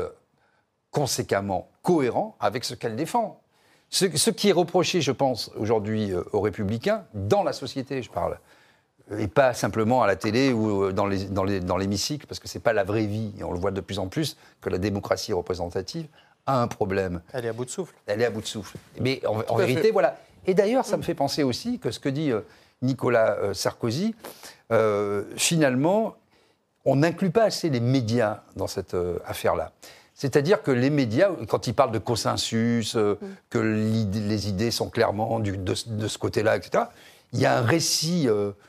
conséquemment cohérent avec ce qu'elle défend. Ce qui est reproché, je pense, aujourd'hui aux Républicains, dans la société, je parle, et pas simplement à la télé ou dans l'hémicycle, parce que ce n'est pas la vraie vie, et on le voit de plus en plus, que la démocratie représentative a un problème. Elle est à bout de souffle. Elle est à bout de souffle. Mais en vérité, voilà. Et d'ailleurs, ça me fait penser aussi que ce que dit Nicolas Sarkozy, finalement, on n'inclut pas assez les médias dans cette affaire-là. C'est-à-dire que les médias, quand ils parlent de consensus, que les idées sont clairement de ce côté-là, etc., il y a un récit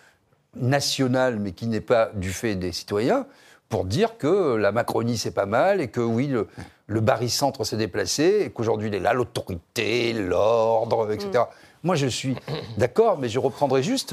national, mais qui n'est pas du fait des citoyens, pour dire que la Macronie, c'est pas mal, et que oui, le barycentre s'est déplacé, et qu'aujourd'hui, il est là, l'autorité, l'ordre, etc. Moi, je suis d'accord, mais je reprendrai juste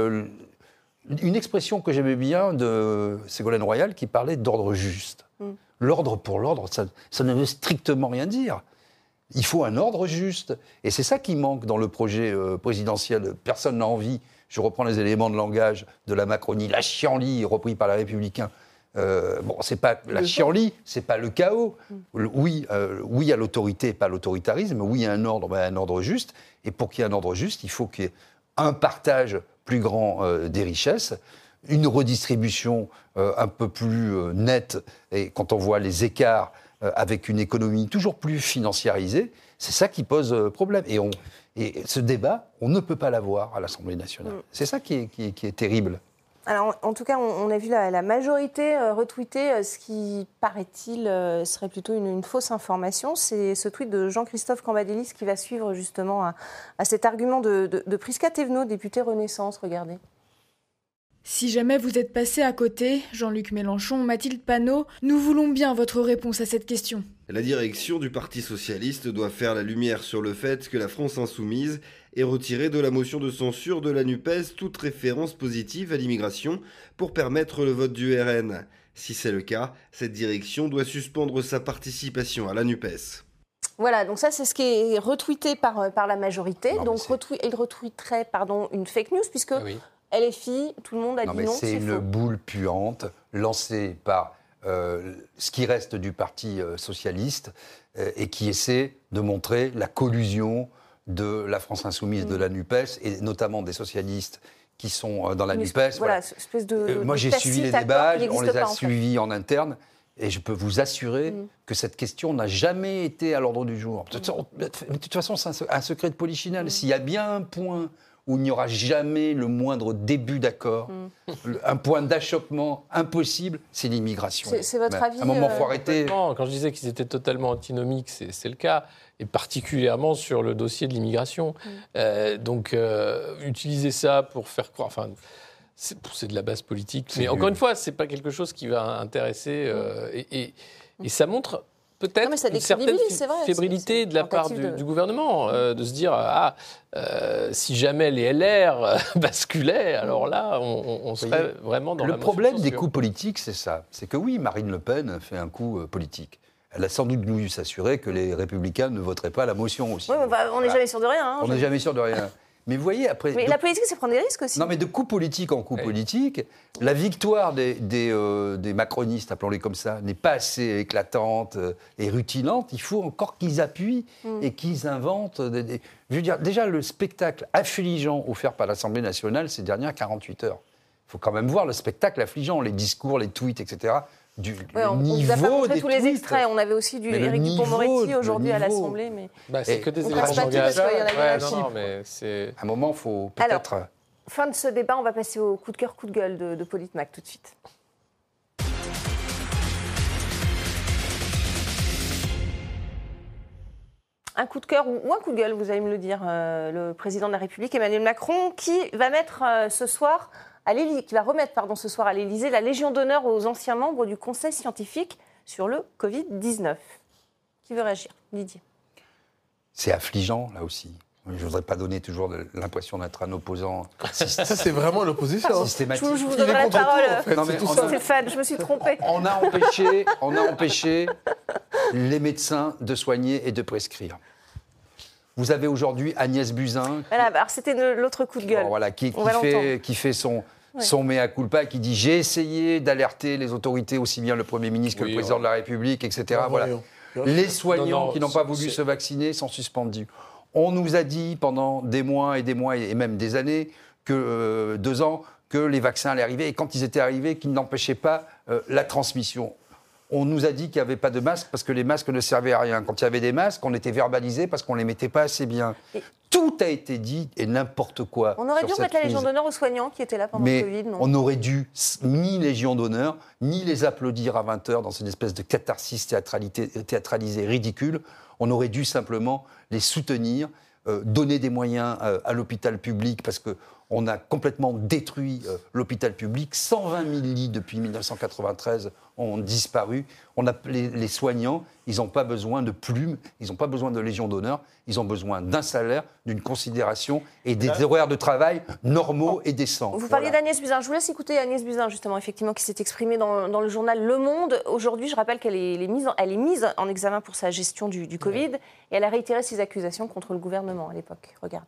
une expression que j'aimais bien de Ségolène Royal, qui parlait d'ordre juste. L'ordre pour l'ordre, ça ne veut strictement rien dire. Il faut un ordre juste. Et c'est ça qui manque dans le projet présidentiel. Personne n'a envie, je reprends les éléments de langage de la Macronie, la chienlit, repris par les Républicains. C'est pas la chienlit, c'est pas le chaos. Oui à l'autorité, pas l'autoritarisme. Oui à un ordre juste. Et pour qu'il y ait un ordre juste, il faut qu'il y ait un partage plus grand des richesses, une redistribution un peu plus nette, et quand on voit les écarts avec une économie toujours plus financiarisée, c'est ça qui pose problème. Et ce débat, on ne peut pas l'avoir à l'Assemblée nationale. C'est ça qui est terrible. Alors, en tout cas, on a vu la majorité retweeter ce qui, paraît-il, serait plutôt une fausse information. C'est ce tweet de Jean-Christophe Cambadélis qui va suivre justement à cet argument de Prisca Thévenot, député Renaissance. Regardez. Si jamais vous êtes passé à côté, Jean-Luc Mélenchon, Mathilde Panot, nous voulons bien votre réponse à cette question. La direction du Parti socialiste doit faire la lumière sur le fait que la France insoumise ait retiré de la motion de censure de la NUPES toute référence positive à l'immigration pour permettre le vote du RN. Si c'est le cas, cette direction doit suspendre sa participation à la NUPES. Voilà, donc ça c'est ce qui est retweeté par la majorité. Non, donc il retweeterait une fake news puisque... Oui. LFI, tout le monde a dit non, c'est une boule puante lancée par ce qui reste du Parti socialiste et qui essaie de montrer la collusion de la France insoumise, de la NUPES, et notamment des socialistes qui sont dans la NUPES. Voilà, espèce de moi, j'ai suivi les débats, on les a suivis en interne, et je peux vous assurer que cette question n'a jamais été à l'ordre du jour. De toute façon, c'est un secret de polichinelle. S'il y a bien un point où il n'y aura jamais le moindre début d'accord, un point d'achoppement impossible, c'est l'immigration. C'est votre avis À un moment, il faut arrêter. Quand je disais qu'ils étaient totalement antinomiques, c'est le cas, et particulièrement sur le dossier de l'immigration. Donc, utiliser ça pour faire croire... Enfin, c'est de la base politique. Mais encore une fois, ce n'est pas quelque chose qui va intéresser... et ça montre... Peut-être une certaine fébrilité de la part du gouvernement, de se dire si jamais les LR basculaient, alors là, on serait vraiment dans la... Le problème des coups politiques, c'est ça. C'est que oui, Marine Le Pen fait un coup politique. Elle a sans doute voulu s'assurer que les Républicains ne voteraient pas la motion aussi. Oui, on n'est jamais sûr de rien. On n'est jamais sûr de rien. Mais vous voyez, après... Mais la politique, c'est prendre des risques aussi. Non, mais de coup politique en coup politique, la victoire des macronistes, appelons-les comme ça, n'est pas assez éclatante et rutilante. Il faut encore qu'ils appuient et qu'ils inventent... Je veux dire, déjà, le spectacle affligeant offert par l'Assemblée nationale ces dernières 48 heures. Il faut quand même voir le spectacle affligeant, les discours, les tweets, etc., on vous a pas montré tous les extraits. On avait aussi du Éric Dupond-Moretti aujourd'hui à l'Assemblée. Mais... c'est que des éléments de langage. À un moment, il faut peut-être... Alors, fin de ce débat, on va passer au coup de cœur, coup de gueule de Polytmac tout de suite. Un coup de cœur ou un coup de gueule, vous allez me le dire, le président de la République, Emmanuel Macron, qui va mettre ce soir... qui va remettre ce soir à l'Élysée la Légion d'honneur aux anciens membres du Conseil scientifique sur le Covid-19. Qui veut réagir? Didier. C'est affligeant, là aussi. Je ne voudrais pas donner toujours l'impression d'être un opposant. Ça, c'est vraiment l'opposition. Systématique. Je vous donnerai la parole. Stéphane, je me suis trompée. On a empêché les médecins de soigner et de prescrire. Vous avez aujourd'hui Agnès Buzyn. Voilà, alors c'était l'autre coup de gueule. Voilà, qui fait son mea culpa, qui dit « J'ai essayé d'alerter les autorités, aussi bien le Premier ministre que le Président de la République, etc. » Voilà. Les soignants qui n'ont pas voulu se vacciner sont suspendus. On nous a dit pendant des mois et même des années, 2 ans, que les vaccins allaient arriver. Et quand ils étaient arrivés, qu'ils n'empêchaient pas la transmission. On nous a dit qu'il n'y avait pas de masques parce que les masques ne servaient à rien. Quand il y avait des masques, on était verbalisés parce qu'on ne les mettait pas assez bien. Tout a été dit et n'importe quoi. On aurait dû remettre la Légion d'honneur aux soignants qui étaient là pendant le Covid, non ? On aurait dû ni Légion d'honneur, ni les applaudir à 20h dans une espèce de catharsis théâtralisée ridicule. On aurait dû simplement les soutenir, donner des moyens à l'hôpital public parce que on a complètement détruit l'hôpital public. 120 000 lits depuis 1993 ont disparu. Les soignants, ils n'ont pas besoin de plumes, ils n'ont pas besoin de Légion d'honneur, ils ont besoin d'un salaire, d'une considération et des horaires de travail normaux et décents. Vous parliez d'Agnès Buzyn. Je vous laisse écouter Agnès Buzyn, justement, effectivement, qui s'est exprimée dans le journal Le Monde. Aujourd'hui, je rappelle qu'elle est mise en examen pour sa gestion du Covid et elle a réitéré ses accusations contre le gouvernement à l'époque. Regardez.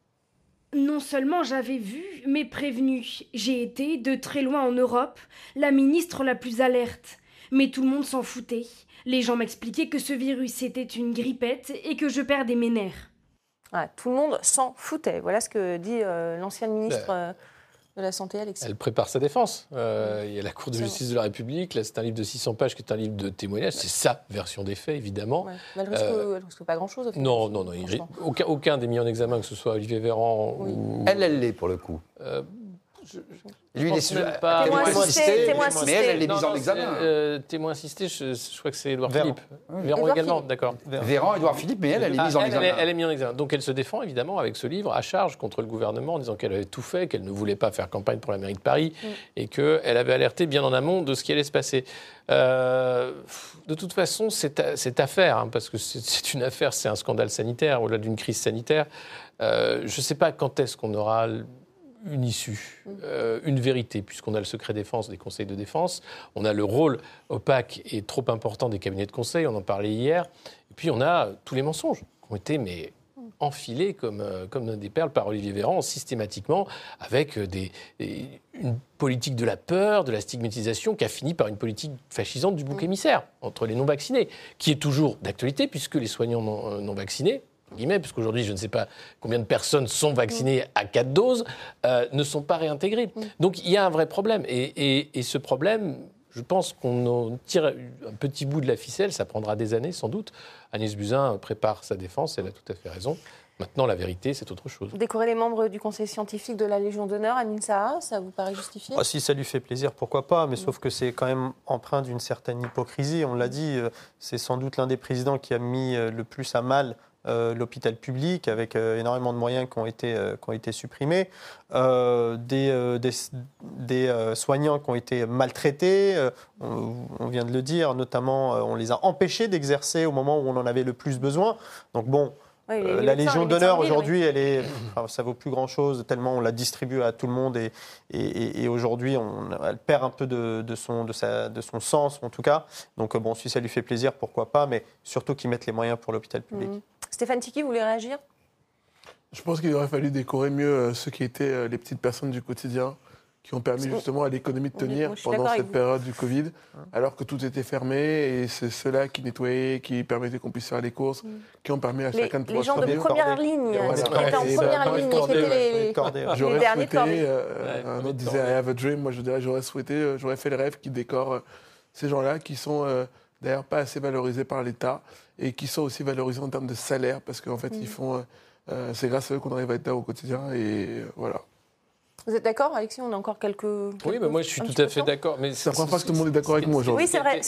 Non seulement j'avais vu, mais prévenu. J'ai été, de très loin en Europe, la ministre la plus alerte. Mais tout le monde s'en foutait. Les gens m'expliquaient que ce virus était une grippette et que je perdais mes nerfs. Ah, tout le monde s'en foutait. Voilà ce que dit l'ancienne ministre de la Santé, Alexis. Elle prépare sa défense. Il y a la Cour de justice de la République. Là, c'est un livre de 600 pages qui est un livre de témoignages. C'est sa version des faits, évidemment. Ouais. Elle risque pas grand-chose. Non. Aucun des mis en examen, que ce soit Olivier Véran ou... Elle l'est, pour le coup. Lui, il est témoin assisté. Mais elle est mise en examen. Témoin assisté, je crois que c'est Édouard Philippe. Véran également, d'accord. Véran, Édouard Philippe, mais elle est mise en examen. Elle est mise en examen. Donc elle se défend évidemment avec ce livre à charge contre le gouvernement en disant qu'elle avait tout fait, qu'elle ne voulait pas faire campagne pour la mairie de Paris et qu'elle avait alerté bien en amont de ce qui allait se passer. De toute façon, cette affaire, parce que c'est une affaire, c'est un scandale sanitaire, au-delà d'une crise sanitaire, je ne sais pas quand est-ce qu'on aura une issue, une vérité, puisqu'on a le secret défense des conseils de défense, on a le rôle opaque et trop important des cabinets de conseil, on en parlait hier, et puis on a tous les mensonges qui ont été enfilés comme des perles par Olivier Véran, systématiquement, avec une politique de la peur, de la stigmatisation, qui a fini par une politique fascisante du bouc émissaire entre les non-vaccinés, qui est toujours d'actualité, puisque les soignants non vaccinés, puisqu'aujourd'hui, je ne sais pas combien de personnes sont vaccinées à 4 doses, ne sont pas réintégrées. Donc, il y a un vrai problème. Et ce problème, je pense qu'on en tire un petit bout de la ficelle, ça prendra des années, sans doute. Agnès Buzyn prépare sa défense, elle a tout à fait raison. Maintenant, la vérité, c'est autre chose. Décorer les membres du conseil scientifique de la Légion d'honneur à l'INSAA, ça vous paraît justifié ? Si ça lui fait plaisir, pourquoi pas, mais sauf que c'est quand même empreint d'une certaine hypocrisie. On l'a dit, c'est sans doute l'un des présidents qui a mis le plus à mal l'hôpital public, avec énormément de moyens qui ont été supprimés, des soignants qui ont été maltraités, on vient de le dire, notamment on les a empêchés d'exercer au moment où on en avait le plus besoin. Donc bon, la Légion d'honneur aujourd'hui, ça vaut plus grand-chose, tellement on la distribue à tout le monde et aujourd'hui elle perd un peu de son sens en tout cas. Donc bon, si ça lui fait plaisir, pourquoi pas, mais surtout qu'ils mettent les moyens pour l'hôpital public. Stéphane Tiki, vous voulez réagir ? Je pense qu'il aurait fallu décorer mieux ceux qui étaient les petites personnes du quotidien, qui ont permis justement à l'économie de tenir pendant cette période du Covid, alors que tout était fermé, et c'est ceux-là qui nettoyaient, qui permettaient qu'on puisse faire les courses, qui ont permis à chacun de pouvoir se les gens de première ligne, ceux qui étaient en première ligne, qui étaient les derniers de cordée. Un autre disait « I have a dream », moi je dirais j'aurais fait le rêve qui décore ces gens-là, qui sont d'ailleurs pas assez valorisés par l'État, et qui sont aussi valorisés en termes de salaire, parce qu'en fait, ils font... c'est grâce à eux qu'on arrive à être là au quotidien, et voilà. Vous êtes d'accord, Alexis ? On a encore quelques... Oui, mais moi je suis tout à fait d'accord. Mais c'est la première fois que tout le monde est d'accord avec moi aujourd'hui. Oui, c'est vrai.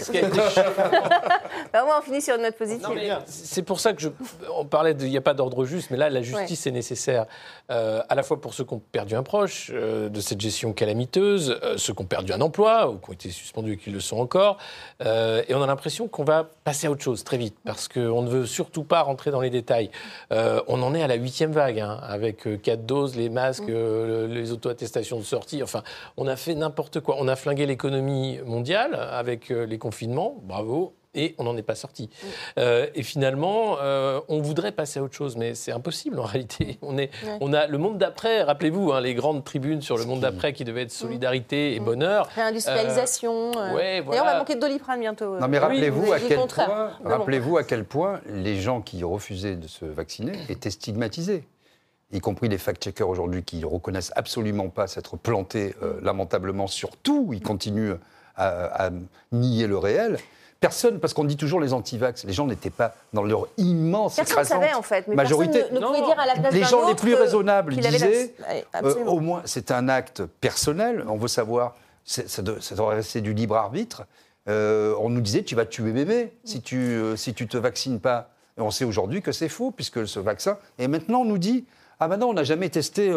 Au moins, on finit sur une note positive. C'est pour ça que on parlait il n'y a pas d'ordre juste, mais là, la justice est nécessaire, à la fois pour ceux qui ont perdu un proche de cette gestion calamiteuse, ceux qui ont perdu un emploi ou qui ont été suspendus et qui le sont encore. Et on a l'impression qu'on va passer à autre chose très vite, parce qu'on ne veut surtout pas rentrer dans les détails. On en est à la 8e vague, avec 4 doses, les masques, les auto-attestations de sortie. Enfin, on a fait n'importe quoi. On a flingué l'économie mondiale avec les confinements. Bravo. Et on n'en est pas sorti. Et finalement, on voudrait passer à autre chose, mais c'est impossible en réalité. On a le monde d'après, rappelez-vous, les grandes tribunes sur le monde d'après qui devaient être solidarité et bonheur. Réindustrialisation. D'ailleurs, on va manquer de Doliprane bientôt. Non, mais rappelez-vous à quel point les gens qui refusaient de se vacciner étaient stigmatisés. Y compris les fact-checkers aujourd'hui qui ne reconnaissent absolument pas s'être plantés lamentablement sur tout. Ils continuent à nier le réel. Personne, parce qu'on dit toujours les anti-vax, les gens n'étaient pas dans leur immense écrasante savait, en fait, mais majorité. Ne pouvait dire à la place les gens les plus raisonnables disaient, au moins c'est un acte personnel, on veut savoir, ça devrait rester du libre arbitre. On nous disait tu vas tuer bébé si tu te vaccines pas. Et on sait aujourd'hui que c'est faux, puisque ce vaccin... Et maintenant on nous dit, maintenant on n'a jamais testé...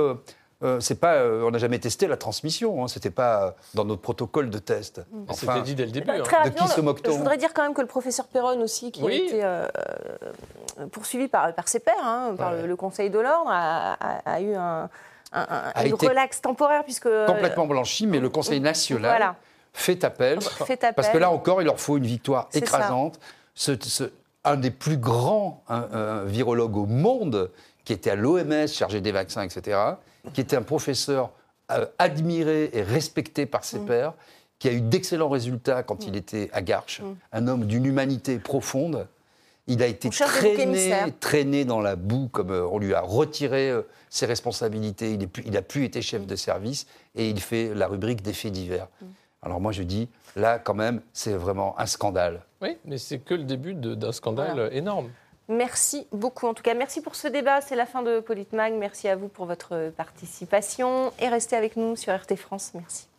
on n'a jamais testé la transmission, c'était pas dans notre protocole de test. C'était dit dès le début. De qui se moque-t-on ? Je voudrais dire quand même que le professeur Perron aussi, qui a été poursuivi par ses pairs, par le Conseil de l'Ordre, a eu une relaxe temporaire, puisque... Complètement blanchi, mais le Conseil national fait appel, parce que là encore, il leur faut une victoire écrasante. Un des plus grands virologues au monde, qui était à l'OMS, chargé des vaccins, etc., qui était un professeur admiré et respecté par ses pairs, qui a eu d'excellents résultats quand il était à Garches, un homme d'une humanité profonde. Il a été traîné dans la boue, comme on lui a retiré ses responsabilités. Il n'a plus été chef de service et il fait la rubrique des faits divers. Alors moi je dis, là quand même, c'est vraiment un scandale. Oui, mais c'est que le début d'un scandale énorme. Merci beaucoup. En tout cas, merci pour ce débat. C'est la fin de Politmag. Merci à vous pour votre participation. Et restez avec nous sur RT France. Merci.